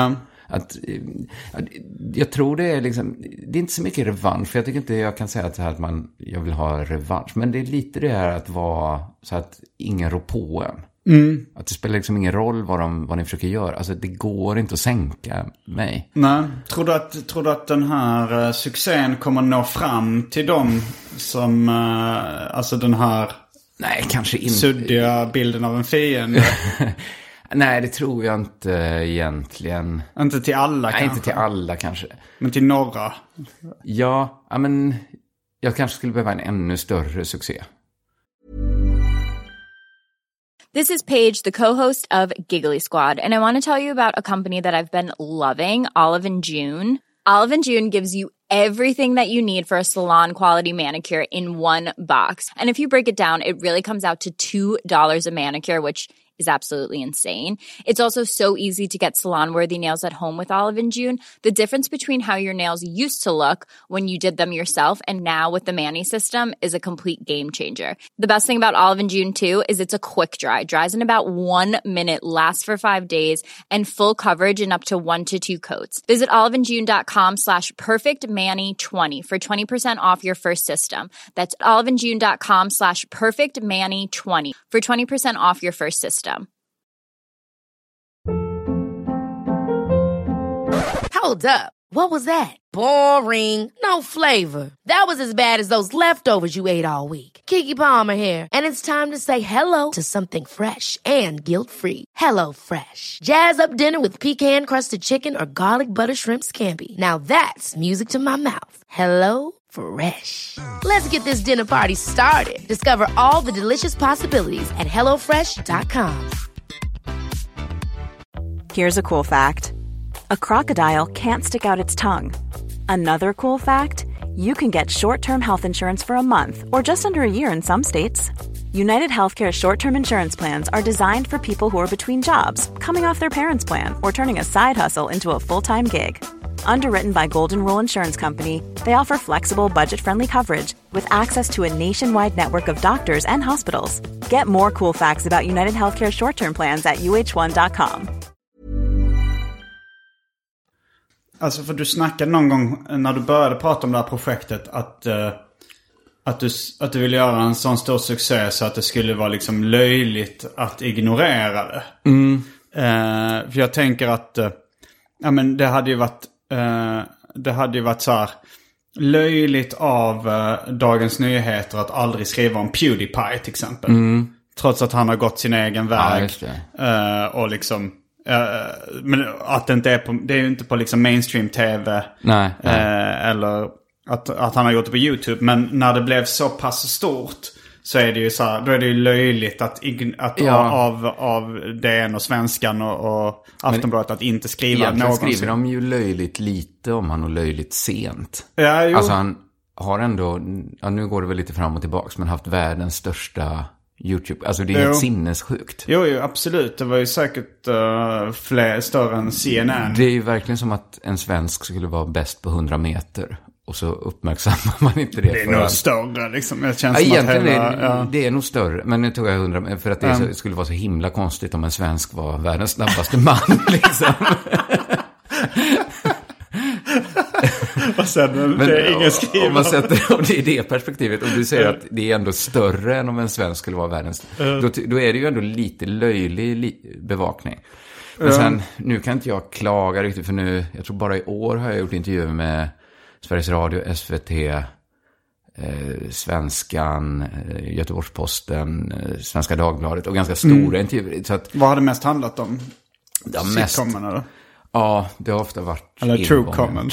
Jag tror det är liksom, det är inte så mycket revansch, för jag tycker inte jag kan säga att jag vill ha revansch, men det är lite det här att vara så att ingen rår på en. Att det spelar liksom ingen roll vad ni försöker göra. Alltså det går inte att sänka mig. Nej. Tror du att den här succén kommer nå fram till dem som alltså den här kanske inte suddiga bilden av en fiende? Nej, det tror jag inte egentligen. Inte till alla kanske? Nej, inte till alla kanske. Men till några? Ja, men jag kanske skulle behöva en ännu större succé. This is Paige, the co-host of Giggly Squad, and I want to tell you about a company that I've been loving, Olive & June. Olive & June gives you everything that you need for a salon-quality manicure in one box. And if you break it down, it really comes out to $2 a manicure, which is absolutely insane. It's also so easy to get salon-worthy nails at home with Olive & June. The difference between how your nails used to look when you did them yourself and now with the Mani system is a complete game changer. The best thing about Olive & June, too, is it's a quick dry. Dries in about 1 minute, lasts for 5 days, and full coverage in up to 1 to 2 coats. Visit oliveandjune.com/perfectmani20 for 20% off your first system. That's oliveandjune.com/perfectmani20 for 20% off your first system. Hold up. What was that? Boring. No flavor. That was as bad as those leftovers you ate all week. Keke Palmer here, and it's time to say hello to something fresh and guilt-free. Hello Fresh. Jazz up dinner with pecan-crusted chicken or garlic butter shrimp scampi. Now that's music to my mouth. Hello Fresh. Let's get this dinner party started. Discover all the delicious possibilities at hellofresh.com. Here's a cool fact. A crocodile can't stick out its tongue. Another cool fact, you can get short-term health insurance for a month or just under a year in some states. United Healthcare short-term insurance plans are designed for people who are between jobs, coming off their parents' plan, or turning a side hustle into a full-time gig. Underwritten by Golden Rule Insurance Company, they offer flexible, budget-friendly coverage with access to a nationwide network of doctors and hospitals. Get more cool facts about United Healthcare short-term plans at uh1.com. Alltså för du snackade någon gång när du började prata om det här projektet att du ville göra en sån stor succé så att det skulle vara liksom löjligt att ignorera det. För jag tänker att men det hade ju varit så här löjligt av Dagens Nyheter att aldrig skriva om PewDiePie till exempel. Trots att han har gått sin egen väg. Och liksom men att det inte är det är ju inte på liksom mainstream tv. Nej. Eller att han har gjort det på YouTube. Men när det blev så pass stort så är det ju så här, då är det ju löjligt att av DN och Svenskan och Aftonbladet att inte skriva någonsin. Skriver de ju löjligt lite om han och löjligt sent. Ja, jo. Alltså han har ändå, nu går det väl lite fram och tillbaks, men haft världens största YouTube. Alltså det är helt sinnessjukt. Jo, absolut. Det var ju säkert större än CNN. Det är ju verkligen som att en svensk skulle vara bäst på 100 meter. Och så uppmärksammar man inte det. Det är nog större liksom. Det känns som egentligen att det är nog större. Men nu tog jag 100 för att det skulle vara så himla konstigt om en svensk var världens snabbaste man liksom. Och sen, det är ingen skrivare. Om man sätter det i det perspektivet, och du säger att det är ändå större än om en svensk skulle vara världens, då är det ju ändå lite löjlig bevakning. Men sen, nu kan inte jag klaga riktigt, för nu, jag tror bara i år har jag gjort intervjuer med Sveriges Radio, SVT, Svenskan, Göteborgs-Posten, Svenska Dagbladet och ganska stora intervjuer. Så att, vad har det mest handlat om? Sitcomen eller? Ja, det har ofta varit... Eller Truecomen.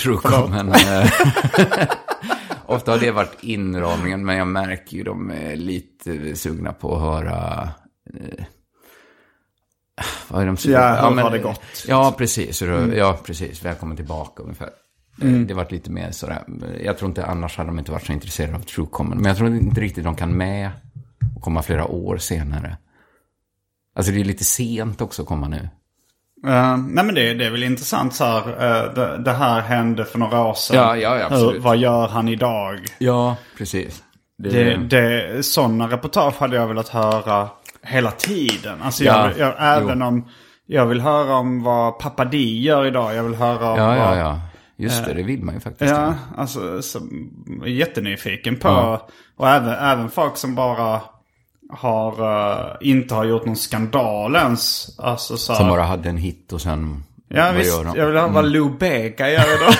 Ofta har det varit inramningen, men jag märker ju de är lite sugna på att höra... vad är de sugna? Ja, hur har det gått? Ja, precis. Ja, precis. Välkommen tillbaka ungefär. Det varit lite mer sådär. Jag tror inte, annars hade de inte varit så intresserade av True Common. Men jag tror inte riktigt de kan med och komma flera år senare. Alltså det är lite sent också att komma nu. Nej men det är väl intressant så här. Det här hände för några år sedan. Ja, absolut. Vad gör han idag? Ja, precis. Sådana reportage hade jag velat höra hela tiden. Alltså jag vill höra om vad Pappa Di gör idag. Jag vill höra om Ja. Just det vill man ju faktiskt. Ja, alltså jättenyfiken på. Och även folk som bara inte har gjort någon skandal ens. Alltså, så som bara hade en hit och sen... Ja visst, jag vill ha vad Lou Bega gör idag.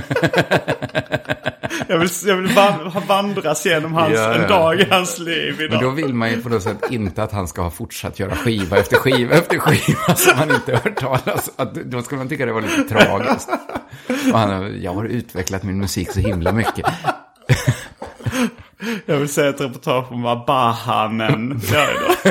jag vill vandras genom en dag i hans liv idag. Men då vill man ju på något sätt inte att han ska ha fortsatt göra skiva efter skiva som man inte hört talas. Då skulle man tycka det var lite tragiskt. Och jag har utvecklat min musik så himla mycket. Jag vill säga ett reportage om vad Bahanen gör idag.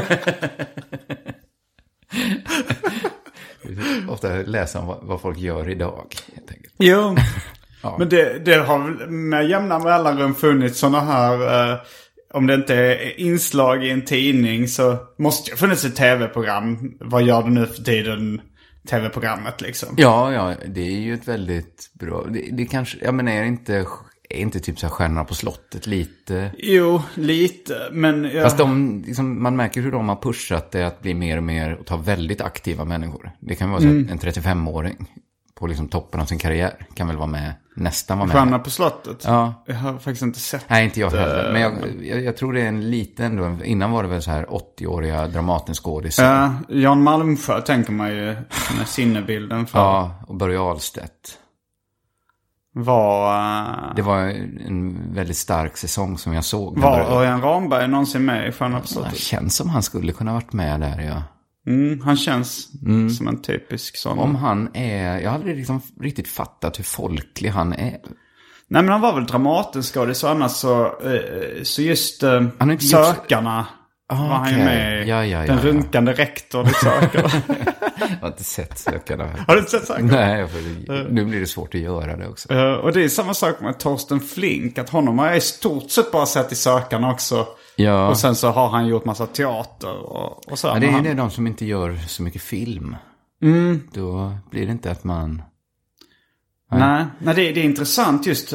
Ofta läsa om vad folk gör idag, helt enkelt. Jo, ja. Men det har med jämna mellanrum funnits sådana här... om det inte är inslag i en tidning så måste det funnits ett tv-program. Vad gör du nu för tiden? Tv-programmet liksom. Ja, det är ju ett väldigt bra... Det kanske... Jag menar, är inte typ så här Stjärnorna på slottet lite? Jo, lite, men... Fast man märker hur de har pushat det att bli mer och mer och ta väldigt aktiva människor. Det kan vara så en 35-åring på liksom toppen av sin karriär kan väl nästan vara med. Stjärnorna på slottet? Ja. Jag har faktiskt inte sett. Nej, inte jag heller. Men jag tror det är en liten ändå. Innan var det väl så här 80-åriga Dramatenskådisar. Ja, Jan Malmsjö tänker man ju med sinnebilden för. Ja, och Börje Ahlstedt. Det var en väldigt stark säsong som jag såg. Var Örjan Ramberg någonsin med i Stjärnorna på slottet? Det känns som han skulle kunna varit med där, ja. Han känns som en typisk sån. Om han är... Jag har aldrig liksom riktigt fattat hur folklig han är. Nej, men han var väl Dramatenskådis och annars så just Sökarna var han ju med. Den runkande rektorn i Sökarna. Jag har inte sett Sökarna. Har du inte sett Sökarna? Nej, nu blir det svårt att göra det också. Och det är samma sak med Torsten Flink. Att honom har jag i stort sett bara sett i Sökarna också. Ja. Och sen så har han gjort massa teater och så. Ja, det är de som inte gör så mycket film. Då blir det inte att man... Nej, det är intressant just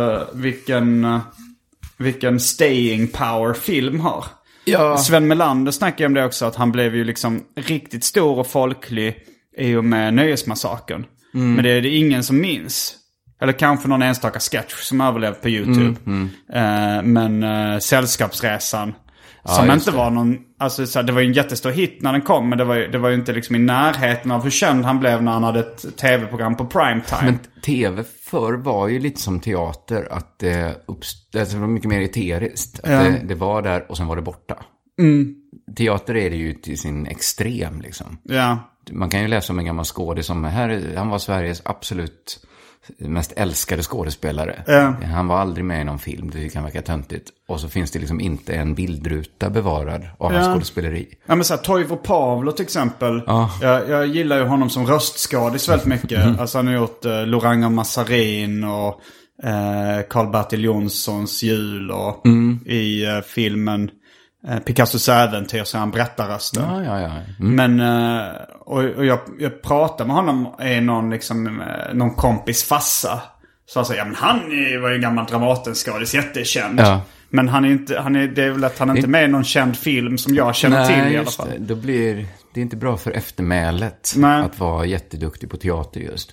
vilken staying power film har. Ja. Sven Melander snackar om det också, att han blev ju liksom riktigt stor och folklig i och med Nöjesmassakern. Men det är det ingen som minns. Eller kanske någon enstaka sketch som överlevt på YouTube. Men Sällskapsresan som inte var någon... Alltså så det var ju en jättestor hit när den kom. Men det var ju inte liksom i närheten av hur känd han blev när han hade ett tv-program på primetime. Men tv förr var ju lite som teater. Att det var mycket mer eteriskt. Att det var där och sen var det borta. Teater är det ju till sin extrem liksom. Ja. Man kan ju läsa om en gammal skådis som han var Sveriges absolut mest älskade skådespelare. Han var aldrig med i någon film, det kan verka töntigt. Och så finns det liksom inte en bildruta bevarad av hans skådespeleri. Ja, men såhär Toivo Pavlo till exempel. Jag gillar ju honom som röstskådis väldigt mycket. Alltså han har gjort Loranga Massarin och Karl-Bertil Jonssons jul och i filmen Picassos äventyr så han berättar rösten. Men och jag pratade med honom i någon kompis fassa. Så jag sa, men han var ju en gammal Dramatenskådis, jättekänd. Ja. Men det är väl att han inte är med i någon känd film som jag känner till i alla fall. Då blir det inte bra för eftermälet att vara jätteduktig på teater just.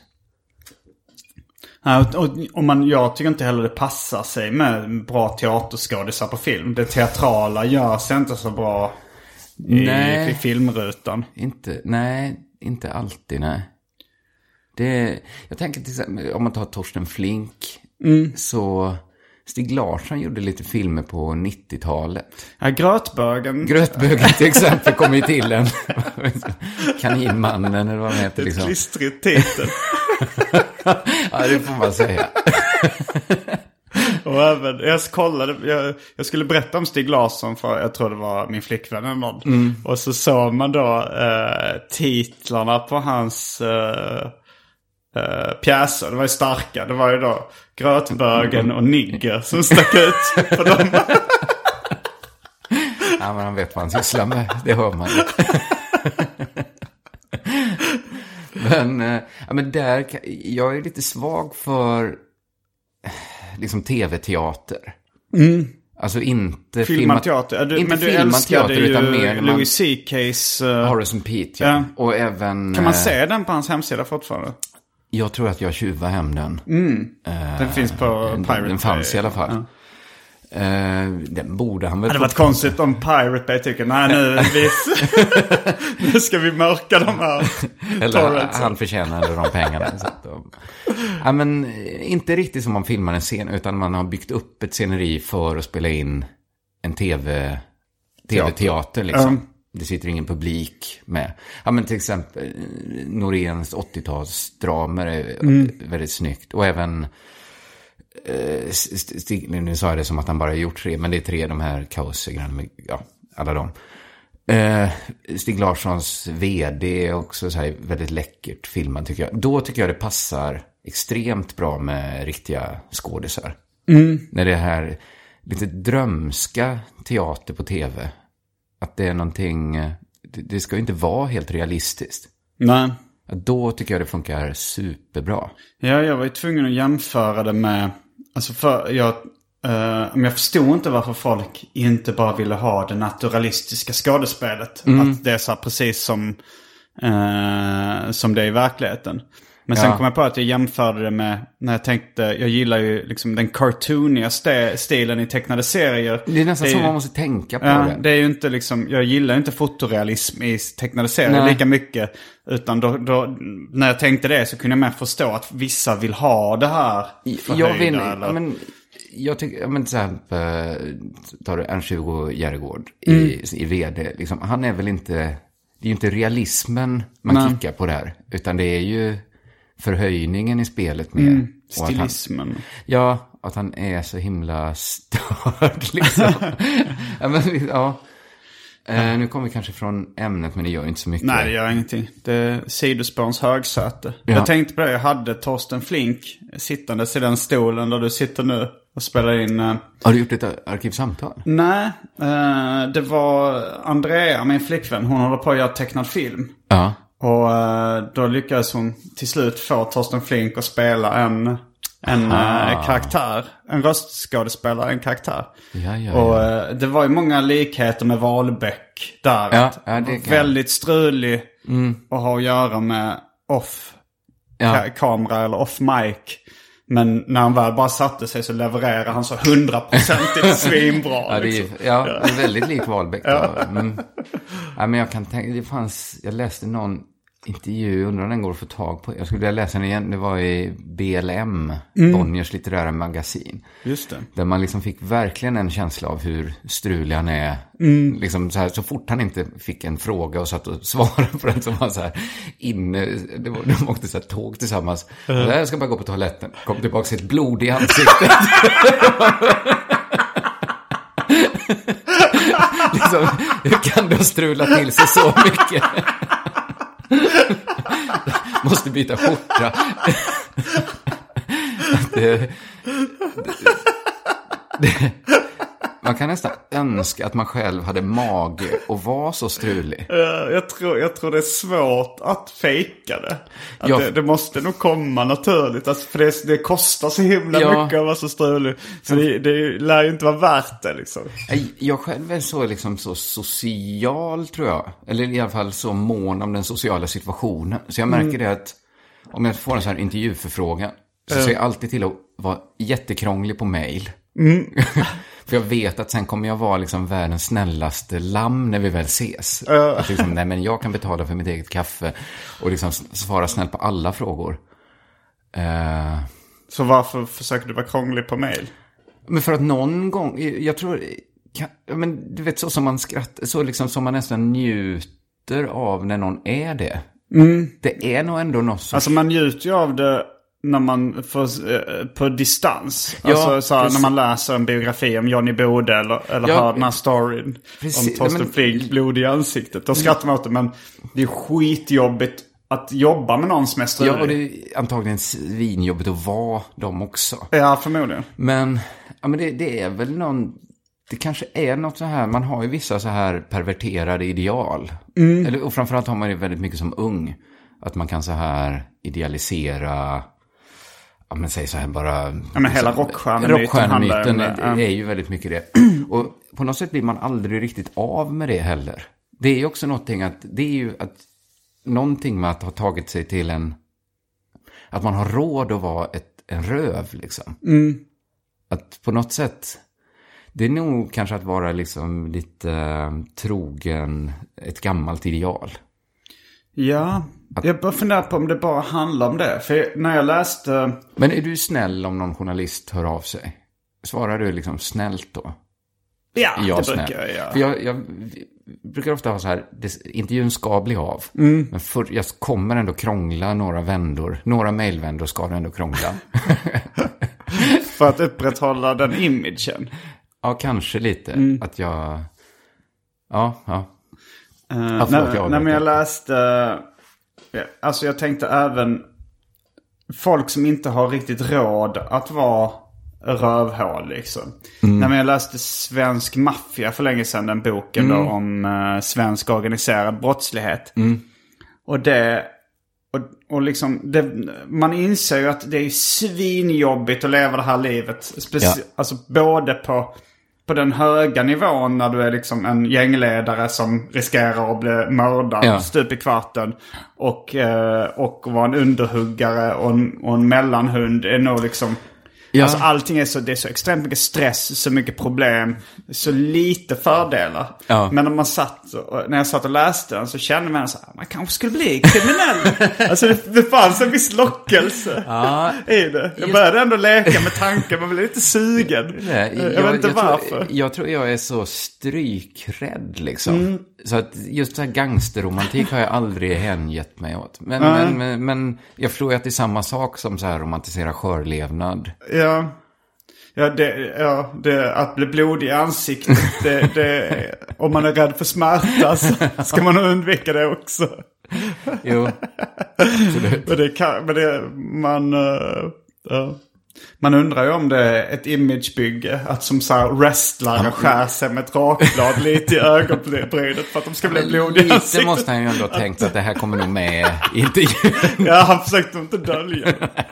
Jag tycker inte heller det passar sig med bra teaterskådisar på film. Det teatrala görs inte så bra i filmrutan. Inte alltid, nej. Jag tänker till exempel, om man tar Torsten Flink så Stig Larsson gjorde lite filmer på 90-talet. Ja, Grötbögen till exempel kom ju till en. Kaninmannen eller vad han heter. Liksom. Ett klistrigt titel. Ja, det får man säga. Och även, jag skulle berätta om Stig Larsson för jag tror det var min flickvän eller någon. Och så såg man då titlarna på hans pjäser. Det var ju starka. Det var ju då Grötbögen och Nigger som stack ut på dem. Ja, men han vet vad han sysslar med. Det hör man. Men där, jag är lite svag för liksom tv-teater. Alltså inte filmad teater. Inte men du filmad teater, utan mer Louis C.K.'s Horace and Pete, ja. Och även... Kan man se den på hans hemsida fortfarande? Jag tror att jag tjuvar hem den. Den finns på Pirate Bay. Den fanns i alla fall. Ja. Den borde han väl... Det hade varit konstigt om Pirate Bay tycker nu ska vi mörka de här. Eller han förtjänar de pengarna. Så att ja, men inte riktigt som man filmar en scen, utan man har byggt upp ett sceneri för att spela in en tv-teater liksom. Det sitter ingen publik med. Ja, men till exempel Noréns 80-talsdramer är väldigt snyggt. Och även nu sa jag det som att han bara gjort 3, men det är 3 de här kaosgrann, ja, alla de. Stig Larssons vd är också så här väldigt läckert filmad tycker jag. Då tycker jag det passar extremt bra med riktiga skådisar. När det här lite drömska teater på tv, att det är någonting, det ska ju inte vara helt realistiskt. Nej. Då tycker jag det funkar superbra. Ja, jag var ju tvungen att jämföra det med, alltså men jag förstod inte varför folk inte bara ville ha det naturalistiska skådespelet. Att det är så här precis som det är i verkligheten. Men sen kom jag på att jag jämförde det med, när jag tänkte, jag gillar ju liksom den cartooniga stilen i tecknade serier. Det är nästan som man måste tänka på det. Det är ju inte liksom, jag gillar inte fotorealism i tecknade serier lika mycket. Utan då, när jag tänkte det så kunde jag med förstå att vissa vill ha det här förhöjda. Jag tycker, men till exempel tar du Ernst-Hugo Järegård i VD. Liksom, han är väl inte, det är ju inte realismen man kickar på där. Utan det är ju förhöjningen i spelet med. Stilismen. Att han är så himla störd liksom. Nu kommer vi kanske från ämnet, men det gör ju inte så mycket. Nej, det gör ingenting. Det är sidospåns högsäte. Jag tänkte på det, jag hade Torsten Flink sittandes i den stolen där du sitter nu och spelar in. Har du gjort ett arkivsamtal? Nej, det var Andrea, min flickvän. Hon håller på att göra tecknad film. Ja. Och då lyckades hon till slut få Torsten Flink att spela en karaktär. En röstskådespelare, en karaktär. Och det var ju många likheter med Wahlbeck där. Väldigt strulig och ha att göra med kamera eller off mic. Men när han väl bara satte sig så levererar han så 100% svinbra. Det är väldigt lik Wahlbeck. Men jag kan tänka, jag läste någon intervju, undrar den går att få tag på. Jag skulle vilja läsa den igen. Det var i BLM, Bonniers litterära magasin. Just det. Där man liksom fick verkligen en känsla av hur strulig han är. Liksom så här, så fort han inte fick en fråga och satt och svarade på den, som var så här inne. De åkte så här tåg tillsammans. Jag ska bara gå på toaletten. Kom tillbaka till ett blod i ansiktet. Liksom, hur kan du strula till sig så mycket? Måste byta skjorta. Man kan nästan önska att man själv hade mage och var så strulig. Jag tror det är svårt att fejka det. Det måste nog komma naturligt. Alltså, för det kostar så himla mycket att vara så strulig. Så det lär ju inte vara värt det liksom. Jag själv är så social, tror jag. Eller i alla fall så mån om den sociala situationen. Så jag märker det att om jag får en sån här intervjuförfrågan så ser jag alltid till att vara jättekrånglig på mail. För jag vet att sen kommer jag vara liksom världens snällaste lamm när vi väl ses. Att liksom, nej, men jag kan betala för mitt eget kaffe och liksom svara snällt på alla frågor. Så varför försöker du vara krånglig på mail? Men för att någon gång, jag tror, men du vet, så som man skrattar, så liksom som man nästan njuter av när någon är det. Det är nog ändå något som... Alltså man njuter ju av det när man får på distans. Alltså så här, när man läser en biografi om Johnny Bode eller hör den här storyn om Torsten Flink, blod i ansiktet. Då skrattar man åt det, men det är skitjobbigt att jobba med någon som är strulig. Ja, och det är antagligen svinjobbigt att vara dem också. Ja, förmodligen. Men, ja, men det är väl någon... Det kanske är något så här, man har ju vissa så här perverterade ideal. Och framförallt har man ju väldigt mycket som ung. Att man kan så här idealisera, ja men säg så här bara... Ja men hela rockstjärnemyten är ju väldigt mycket det. Och på något sätt blir man aldrig riktigt av med det heller. Det är ju också någonting någonting med att ha tagit sig till att man har råd att vara en röv liksom. Att på något sätt... Det är nog kanske att vara liksom lite trogen ett gammalt ideal. Ja, jag bara funderar på om det bara handlar om det. För när jag läste... Men är du snäll om någon journalist hör av sig? Svarar du liksom snällt då? Ja, det brukar jag göra. För jag brukar ofta ha så här, intervjun ska bli av. Men jag kommer ändå krångla några vändor. Några mejlvändor ska du ändå krångla. För att upprätthålla den imagen. Ja, kanske lite. Att jag... Ja. När jag läste... Alltså jag tänkte även... Folk som inte har riktigt råd att vara rövhål liksom. När jag läste Svensk maffia för länge sedan, den boken då, om svensk organiserad brottslighet. Och det... Och liksom man inser ju att det är svinjobbigt att leva det här livet. Alltså både på den höga nivån när du är liksom en gängledare som riskerar att bli mördad stup i kvarten. Och vara en underhuggare och en mellanhund är nog liksom... Ja. Alltså allting det är så extremt mycket stress, så mycket problem, så lite fördelar. Ja. Men när jag satt och läste den så kände man så här, man kanske skulle bli kriminell. Alltså det fanns en viss lockelse i det. Jag började ändå leka med tanken, man blev lite sugen. Jag vet inte varför. Jag tror jag är så strykrädd liksom. Så att just så här gangsterromantik har jag aldrig hängett mig åt. Men jag tror att det är samma sak som så här romantisera skörlevnad. Det att bli blodig i ansiktet, om man är rädd för smärta så ska man undvika det också. Jo, absolut. Man undrar ju om det är ett imagebygge, att som så här wrestlare skär sig med ett rakblad lite i ögonbrynet för att de ska bli blodiga i ansiktet. Lite måste han ju ändå ha tänkt att det här kommer nog med i intervjun. Ja, han försökte inte dölja.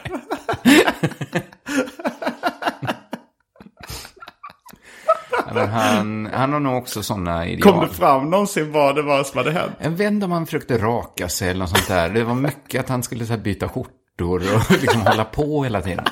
Men han har nog också sådana ideal. Kom det fram någonsin vad det var som hade hänt? Jag vet inte om han försökte raka sig eller något sånt där. Det var mycket att han skulle så här byta skjortor och liksom hålla på hela tiden.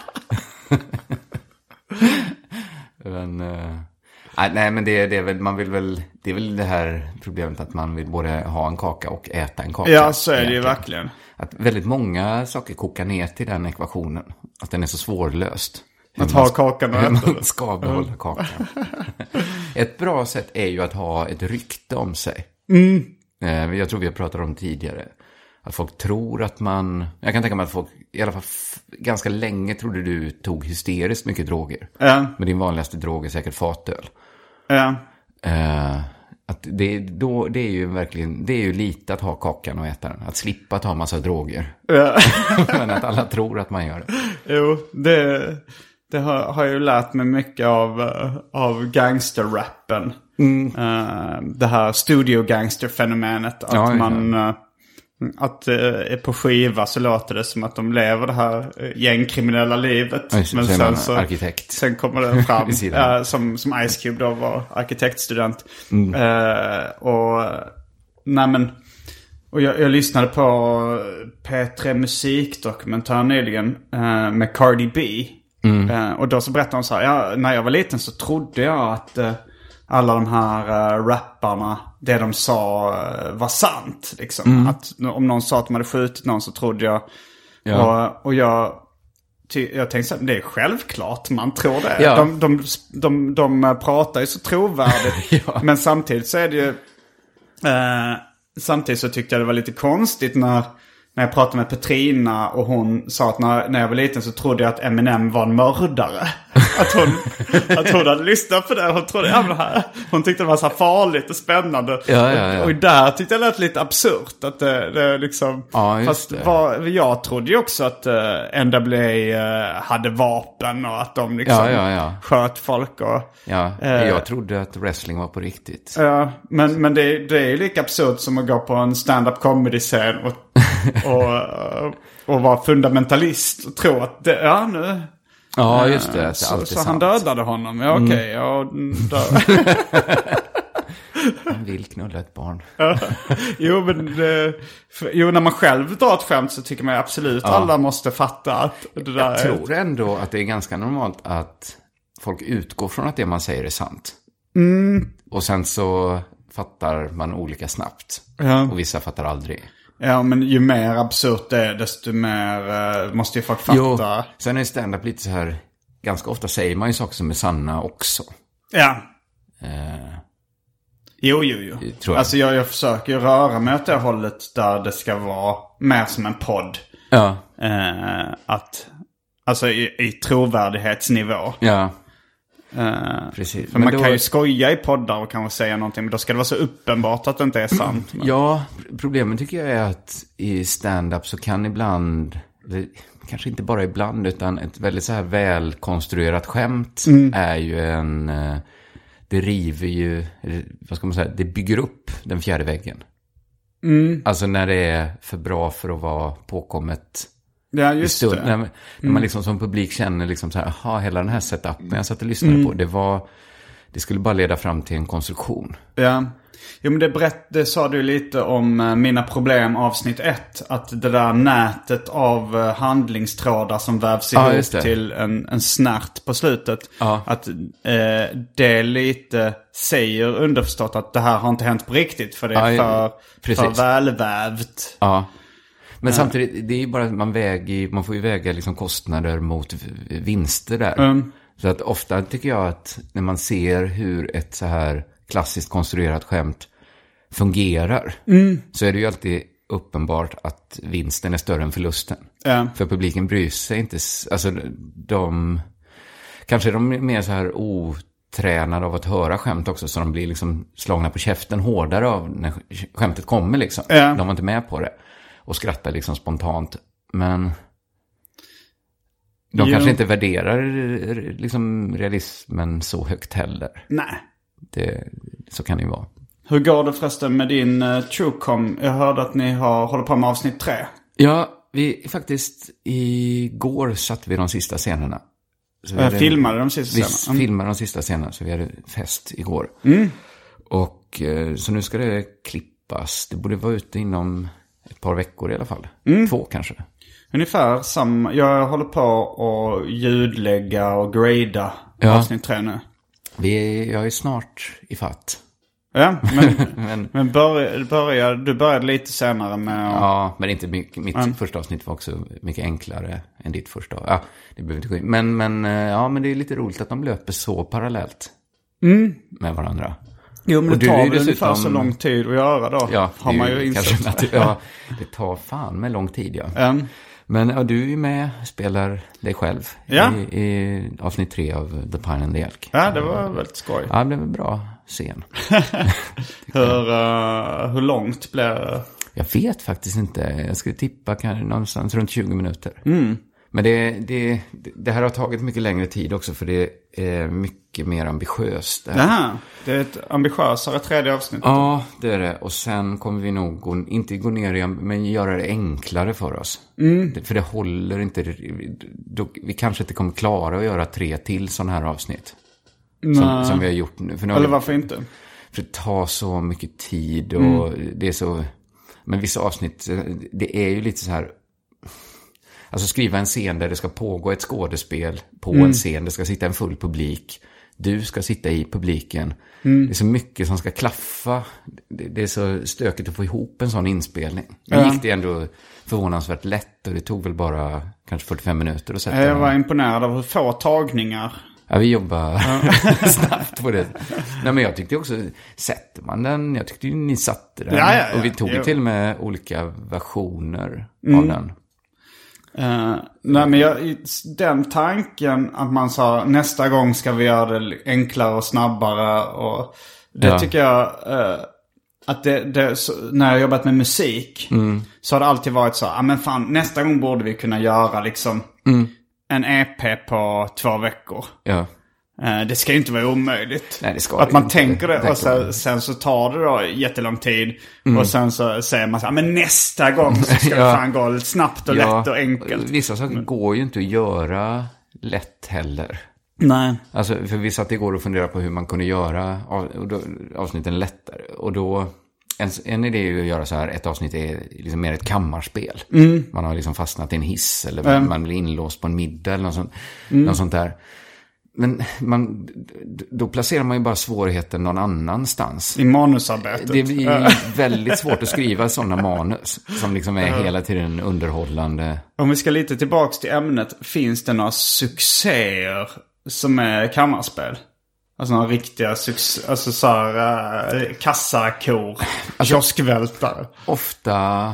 Men det är väl det är väl det här problemet att man vill både ha en kaka och äta en kaka. Ja, så är det ju verkligen. Att väldigt många saker kokar ner till den ekvationen. Att den är så svårlöst. Att ha kakan och äta. Man ska behålla kakan. Ett bra sätt är ju att ha ett rykte om sig. Jag tror vi har pratat om tidigare. Att folk tror att man... Jag kan tänka mig att folk i alla fall ganska länge trodde du tog hysteriskt mycket droger. Ja. Men din vanligaste drog är säkert fatöl. Ja. Att det är ju verkligen... Det är ju lite att ha kakan och äta den. Att slippa ta massa droger. Ja. Men att alla tror att man gör det. Jo, det har jag ju lärt mig mycket av gangsterrappen. Det här studio-gangster-fenomenet. Att på skiva så låter det som att de lever det här gängkriminella livet. Men sen så arkitekt. Sen kommer det fram som Ice Cube då var arkitektstudent. Och jag lyssnade på P3 musikdokumentär nyligen med Cardi B. Och då så berättade hon så här, när jag var liten så trodde jag att alla de här rapparna, det de sa var sant liksom. Att om någon sa att de hade skjutit någon så trodde jag. Och jag tänkte så här, det är självklart man tror det. Ja. De pratar ju så trovärdigt. Ja. Men samtidigt så är det ju samtidigt så tyckte jag det var lite konstigt när jag pratade med Petrina och hon sa att när jag var liten så trodde jag att Eminem var en mördare. att hon hade lyssnat på det. Hon tyckte det var så här farligt och spännande. Ja. Och där tyckte jag det lät lite absurt. Att det liksom... Ja, fast jag trodde ju också att NWA hade vapen och att de liksom sköt folk. Och, jag trodde att wrestling var på riktigt. Ja, men det är ju lika absurt som att gå på en stand-up comedy-scen och vara fundamentalist och tro att det, nu... Ja, just det. Så han dödade honom. Ja, okej. Han vill knulla ett barn. När man själv drar ett skämt så tycker man absolut alla måste fatta att det där jag tror ändå att det är ganska normalt att folk utgår från att det man säger är sant. Och sen så fattar man olika snabbt. Och vissa fattar aldrig. Ja, men ju mer absurt det är, desto mer måste ju folk fatta. Jo, sen är stand-up lite så här, ganska ofta säger man ju saker som är sanna också. Ja. Jo. Tror jag. Alltså jag försöker ju röra mig åt det hållet där det ska vara mer som en podd. Ja. Alltså i trovärdighetsnivå. Ja. Precis. För men man kan ju skoja i poddar och kanske säga någonting, men då ska det vara så uppenbart att det inte är sant. Ja, problemet tycker jag är att i stand-up så kan ibland, kanske inte bara ibland, utan ett väldigt så här välkonstruerat skämt är ju det river ju, vad ska man säga, det bygger upp den fjärde väggen. Alltså när det är för bra för att vara påkommet. Ja, just det. När man liksom som publik känner liksom så här, hela den här setupen jag satt och lyssnade på, det skulle bara leda fram till en konstruktion. Ja. Jo, men det sa du lite om Mina problem avsnitt 1. Att det där nätet av handlingstrådar som vävs ihop till en snärt på slutet. Ja. Att det lite säger underförstått att det här har inte hänt på riktigt. För det är för välvävt. Ja. Men samtidigt, det är ju bara att man får ju väga liksom kostnader mot vinster där. Så att ofta tycker jag att när man ser hur ett så här klassiskt konstruerat skämt fungerar, så är det ju alltid uppenbart att vinsten är större än förlusten. För publiken bryr sig inte, alltså kanske de är mer så här otränade av att höra skämt också, så de blir liksom slagna på käften hårdare av när skämtet kommer liksom. De var inte med på det. Och skrattar liksom spontant. Men de kanske inte värderar liksom realismen så högt heller. Nej. Så kan det ju vara. Hur går det förresten med din Truecom? Jag hörde att ni håller på med avsnitt 3. Ja, vi faktiskt igår satt vi de sista scenerna. Filmade de sista scenerna? Vi filmade de sista scenerna, så vi hade fest igår. Och så nu ska det klippas. Det borde vara ute inom ett par veckor i alla fall. 2 kanske. Ungefär samma. Jag håller på att ljudlägga och grada avsnitt 3 nu. Jag är snart i fatt. Ja, men du började lite senare med... Ja, men inte mitt första avsnitt var också mycket enklare än ditt första. Ja, det behöver inte gå in. Men det är lite roligt att de löper så parallellt med varandra. Jo, men det tar ju ungefär så lång tid att göra då. Ja, har man ju insett. Det tar fan med lång tid, ja. Men du är ju med, spelar dig själv i avsnitt 3 av The Pine and the Elk. Ja, det var väldigt skoj. Ja, det blev en bra scen. Hur långt blev det? Jag vet faktiskt inte. Jag skulle tippa kanske någonstans runt 20 minuter. Men det här har tagit mycket längre tid också, för det är mycket mer ambitiöst. Jaha, det är ett ambitiösare 3:e avsnitt. Ja, det är det. Och sen kommer vi nog inte gå ner igen, men göra det enklare för oss. För det håller inte. Vi kanske inte kommer klara att göra 3 till sådana här avsnitt. Som vi har gjort nu. Eller varför inte? För det tar så mycket tid och det är så... Men vissa avsnitt, det är ju lite så här... Alltså skriva en scen där det ska pågå ett skådespel på en scen. Det ska sitta en full publik. Du ska sitta i publiken. Det är så mycket som ska klaffa. Det är så stökigt att få ihop en sån inspelning. Men gick det ändå förvånansvärt lätt. Och det tog väl bara kanske 45 minuter att sätta. Jag var imponerad av hur få tagningar Ja, vi jobbar snabbt på det. Nej, men jag tyckte också, sätter man den, jag tyckte ni satte den. Ja. Och vi tog till med olika versioner av den. Nej, men den tanken att man sa nästa gång ska vi göra det enklare och snabbare. Och det tycker jag att när jag jobbat med musik så har det alltid varit så, men fan, nästa gång borde vi kunna göra liksom en EP på 2 veckor. Ja. Det ska ju inte vara omöjligt. Nej, det ska att man inte. tänker det och sen så tar det då jättelång tid. Och sen så säger man så här, men nästa gång så ska det fan gå snabbt och lätt och enkelt. Vissa saker går ju inte att göra lätt heller. Nej. Alltså, för vi satt igår och funderade på hur man kunde göra avsnitten lättare. Och då, en idé är ju att göra så här, ett avsnitt är liksom mer ett kammarspel. Man har liksom fastnat i en hiss eller man blir inlåst på en middag eller något sånt där. Men då placerar man ju bara svårigheten någon annanstans. I manusarbetet. Det blir väldigt svårt att skriva sådana manus som liksom är hela tiden underhållande. Om vi ska lite tillbaka till ämnet, finns det några succéer som är kammarspel? Alltså några riktiga alltså så här, kassakor, kioskvältare. Ofta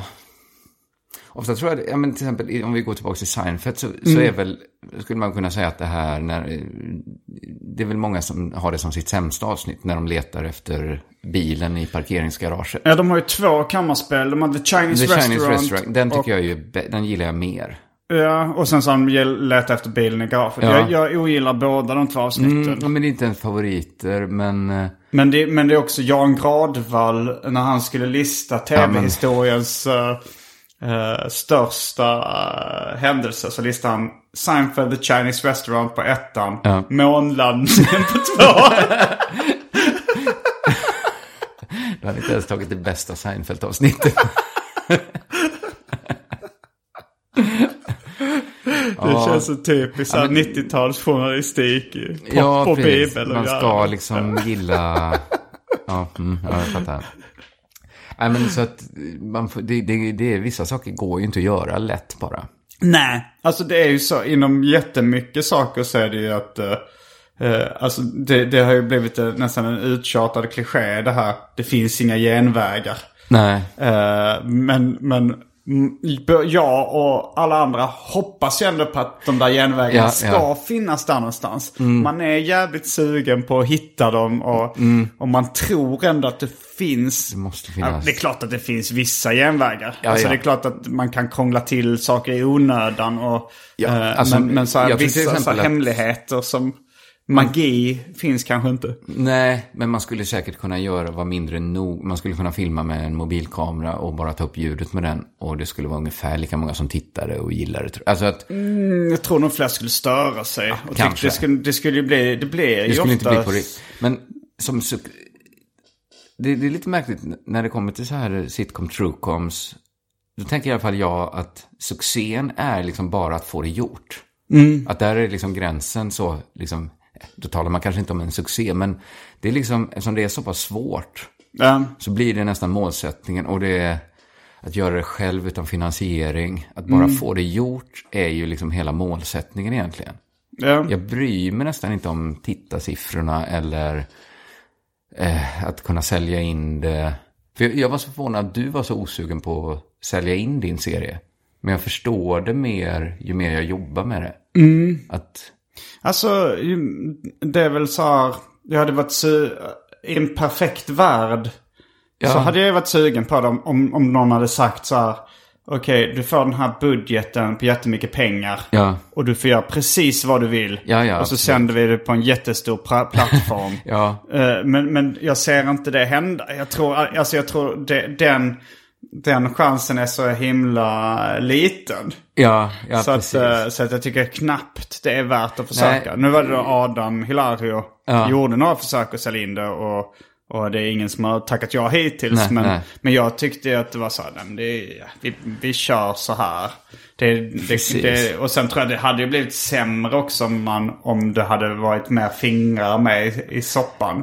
tror jag, ja, men till exempel om vi går tillbaka till Seinfeld så är väl, skulle man kunna säga att det här, det är väl många som har det som sitt sämsta avsnitt när de letar efter bilen i parkeringsgaraget. Ja, de har ju 2 kammarspel. De har The Chinese Restaurant. Den tycker jag den gillar jag mer. Ja, och sen så har de letat efter bilen i garaget. Ja. Jag ogillar båda de 2 avsnitten. Men det är inte ens favoriter, men... Men det är också Jan Gradvall när han skulle lista tv-historiens största händelse, så listade han Seinfeld, The Chinese Restaurant på 1:an, Månlandningen på 2. Du hade inte ens tagit det bästa Seinfeld-avsnittet. Det känns så typiskt 90-tals journalistik, pop och bibel. Man ska liksom gilla... jag fattar. Nej, men så att det är vissa saker går ju inte att göra lätt bara. Nej, alltså det är ju så inom jättemycket saker så är det ju att alltså det har ju blivit nästan en uttjatad kliché det här. Det finns inga genvägar. Nej. Men jag och alla andra hoppas ju ändå på att de där genvägarna ska finnas där någonstans. Man är jävligt sugen på att hitta dem och man tror ändå att det finns. Det måste finnas. Det är klart att det finns vissa genvägar. Det är klart att man kan krångla till saker i onödan och men så här, vissa så här hemligheter som magi finns kanske inte. Nej, men man skulle säkert kunna vara mindre nog. Man skulle kunna filma med en mobilkamera och bara ta upp ljudet med den. Och det skulle vara ungefär lika många som tittade och gillade det. Alltså att... jag tror nog flera skulle störa sig. Och kanske. Det skulle ju bli... Det skulle ofta... inte bli på det. Men som... Det är lite märkligt när det kommer till så här sitcom truecoms. Då tänker i alla fall jag att succén är liksom bara att få det gjort. Att där är liksom gränsen så liksom... Då talar man kanske inte om en succé, men det är liksom, eftersom det är så pass svårt så blir det nästan målsättningen, och det är att göra det själv utan finansiering, att bara få det gjort är ju liksom hela målsättningen egentligen. Jag bryr mig nästan inte om tittarsiffrorna eller att kunna sälja in det. För jag var så förvånad att du var så osugen på att sälja in din serie, men jag förstår det mer ju mer jag jobbar med det. Alltså, det är väl så här... Jag hade varit i en perfekt värld. Så hade jag varit sugen på dem om någon hade sagt så här: okej, du får den här budgeten på jättemycket pengar. Och du får göra precis vad du vill. Och så sänder vi det på en jättestor plattform. Men jag ser inte det hända. Jag tror den chansen är så himla liten. Så att jag tycker knappt det är värt att försöka. Nej. Nu var det då Adam Hilario gjorde några försök att sälja in det och det är ingen som har tackat ja hittills. Men jag tyckte att det var så här, vi kör så här. Och sen tror jag det hade ju blivit sämre också om det hade varit mer fingrar med i soppan.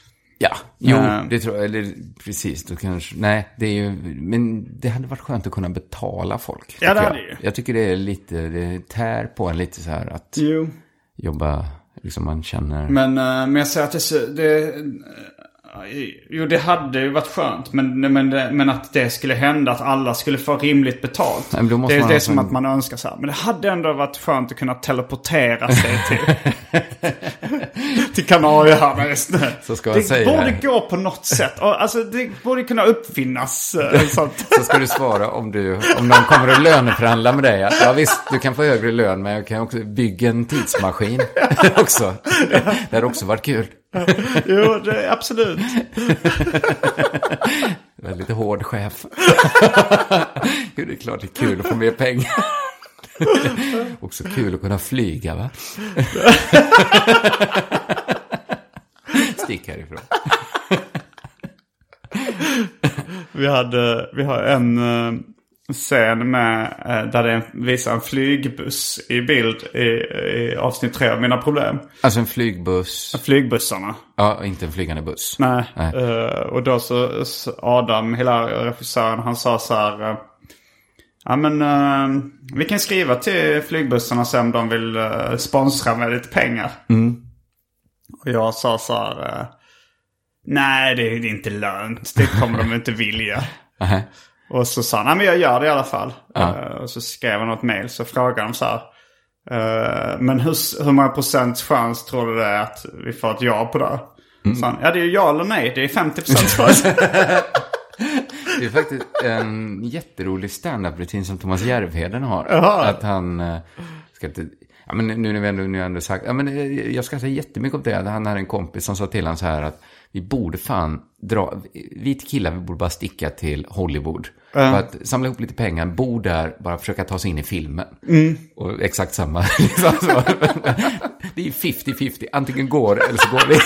Det tror jag, eller precis, då kanske, nej, det är ju, men det hade varit skönt att kunna betala folk. Ja, det hade ju. Jag tycker det är lite, det tär på en lite så här att jobba liksom man känner... Men jag säger att det hade ju varit skönt. Men att det skulle hända, att alla skulle få rimligt betalt. Nej, det är som att man önskar så här. Men det hade ändå varit skönt att kunna teleportera sig till Kanarieöarna just nu. Så ska det borde gå på något sätt. Alltså det borde kunna uppfinnas. Sånt. Så ska du svara om någon kommer att löneförhandla med dig. Ja visst, du kan få högre lön, men jag kan också bygga en tidsmaskin också. Det hade också varit kul. Jo, det är absolut. Väldigt hård chef. Jo, det är klart det är kul att få mer pengar. Också kul att kunna flyga, va? Stick härifrån. Vi har en scen med där det visar en flygbuss i bild i avsnitt 3 av Mina problem. Alltså en flygbuss. Flygbussarna. Ja, inte en flygande buss. Nej. Och då så Adam, hela regissören, han sa så här: ja men vi kan skriva till flygbussarna sen om de vill sponsra med lite pengar. Och jag sa så här: nej, det är inte lönt. Det kommer de inte vilja. Och så sa han, nej men jag gör det i alla fall. Och så skrev han något mejl, så frågade han så här: men hur många procents chans tror du det är att vi får ett ja på det? Så han, ja det är ja eller nej, det är 50% chans. Det är faktiskt en jätterolig stand-up-rutin som Thomas Järvheden har. Jaha. Att han ska inte... Ja, men nu när vi ändå sagt... Ja, men jag ska säga jättemycket om det. Han hade en kompis som sa till han så här att vi borde fan dra... Vi till killar, vi borde bara sticka till Hollywood. För att samla ihop lite pengar, bo där, bara försöka ta sig in i filmen. Och exakt samma. Det är 50-50. Antingen går eller så går vi.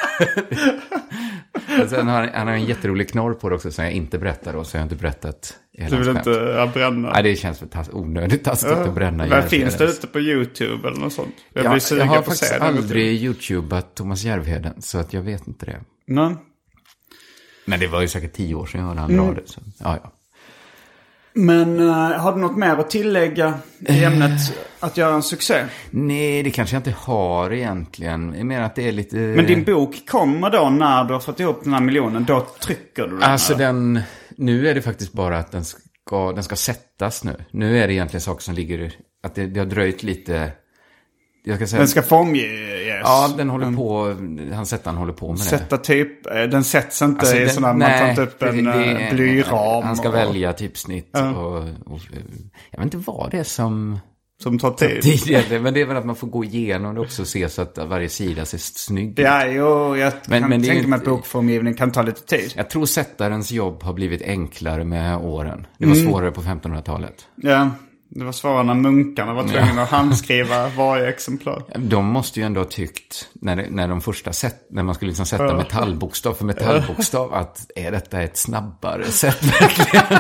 Sen har han en jätterolig knorr på det också som jag inte berättar då, så jag har inte berättat hela. Du vill inte bränna? Nej, det känns onödigt taskigt att bränna. Men finns det ute på YouTube eller något sånt? Jag har faktiskt aldrig YouTubeat Thomas Järvheden, så att jag vet inte det. Nej. Men det var ju säkert 10 år sedan jag hörde han dra det. Så, ja. Men har du något mer att tillägga i ämnet att göra en succé? Nej, det kanske jag inte har egentligen. Jag menar att det är lite... Men din bok kommer då när du har fått ihop den här miljonen, då trycker du den? Alltså nu är det faktiskt bara att den ska sättas nu. Nu är det egentligen saker som ligger... Att det har dröjt lite... Jag ska säga, den ska formges. Ja, den håller på... Han håller på med sätta typ... Den sätts inte i sådana... Man tar inte upp en blyram. Han ska välja typsnitt. Och jag vet inte vad det är som tar tid. Men det är väl att man får gå igenom det också och se så att varje sida ser snygg. Ja, jo, jag kan tänka mig att bokformgivning kan ta lite tid. Jag tror sättarens jobb har blivit enklare med åren. Det var svårare på 1500-talet. Ja. Det var svårare när munkarna var tvungna att handskriva varje exemplar. De måste ju ändå ha tyckt, när de första när man skulle liksom sätta metallbokstav för metallbokstav, att är detta ett snabbare sätt verkligen?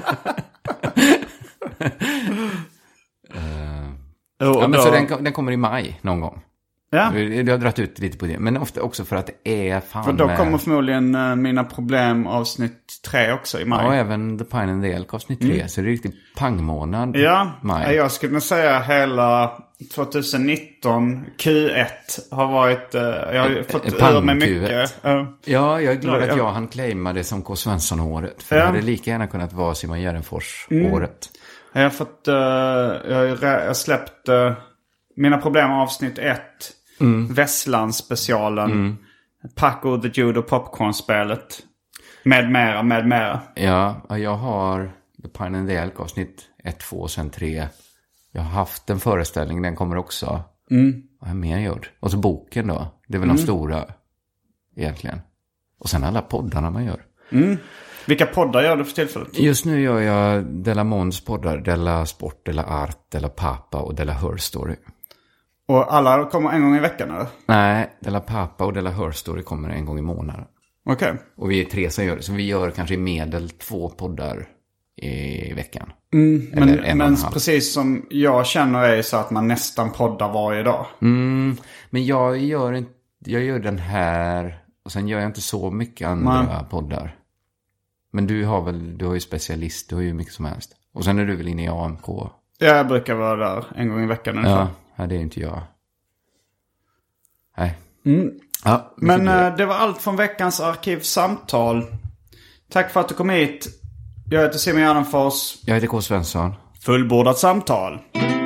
Men så den kommer i maj någon gång. Ja. Det har dragit ut lite på det. Men ofta också för att det är fan... För då kommer förmodligen Mina problem avsnitt 3 också i maj. Ja, även The Pine and the Elk avsnitt 3. Så det är riktigt pangmånad. Ja, maj. Jag skulle säga hela 2019 Q1 har varit... jag har fått ur mig mycket. Ja, jag är glad att jag hann claima det som K. Svensson-året. För det hade lika gärna kunnat vara Simon Gärdenfors-året. Jag har fått... jag har släppt... Mina problem avsnitt 1. Vesslands-specialen. Paco the Judo Popcorn-spelet. Med mera. Ja, jag har The Pine and the Elk avsnitt 1, 2 och sen 3. Jag har haft en föreställning, den kommer också. Vad har mer gjort? Och så boken då. Det är väl de stora egentligen. Och sen alla poddarna man gör. Vilka poddar gör du för tillfället? Just nu gör jag Della Måns poddar. Della Sport, Della Art, Della Papa och Della Her Story. Och alla kommer en gång i veckan eller? Nej, Della Papa och Della Her Story kommer en gång i månaden. Okej. Och vi är 3 som gör det. Så vi gör kanske i medel 2 poddar i veckan. Men precis som jag känner är så att man nästan poddar varje dag. Men jag gör den här. Och sen gör jag inte så mycket andra poddar. Men du har ju specialist, du har ju mycket som helst. Och sen är du väl inne i AMK? Jag brukar vara där en gång i veckan ungefär. Ja, det är inte jag. Nej. Ja, men det var allt från veckans arkivsamtal. Tack för att du kom hit. Jag heter Simon Gärdenfors. Jag heter K. Svensson. Fullbordat samtal.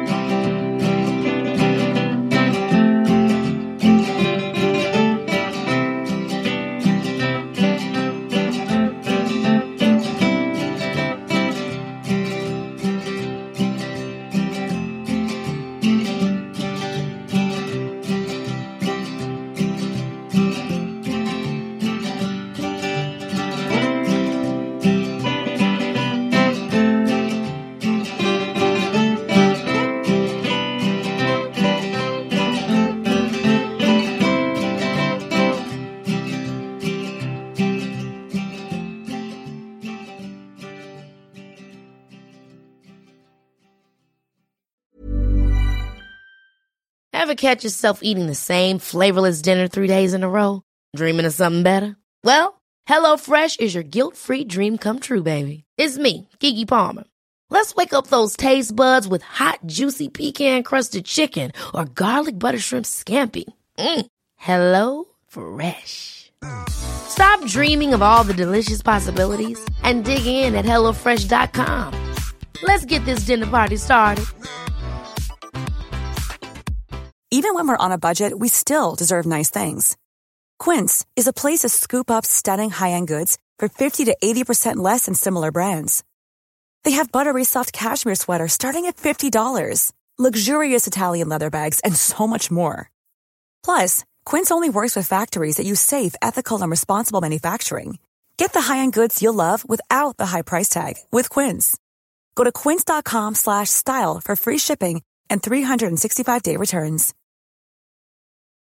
Ever catch yourself eating the same flavorless dinner 3 days in a row? Dreaming of something better? Well, HelloFresh is your guilt-free dream come true, baby. It's me, Keke Palmer. Let's wake up those taste buds with hot, juicy pecan-crusted chicken or garlic butter shrimp scampi. Hello Fresh. Stop dreaming of all the delicious possibilities and dig in at HelloFresh.com. Let's get this dinner party started. Even when we're on a budget, we still deserve nice things. Quince is a place to scoop up stunning high-end goods for 50 to 80% less than similar brands. They have buttery soft cashmere sweaters starting at $50, luxurious Italian leather bags, and so much more. Plus, Quince only works with factories that use safe, ethical, and responsible manufacturing. Get the high-end goods you'll love without the high price tag with Quince. Go to quince.com/style for free shipping and 365-day returns.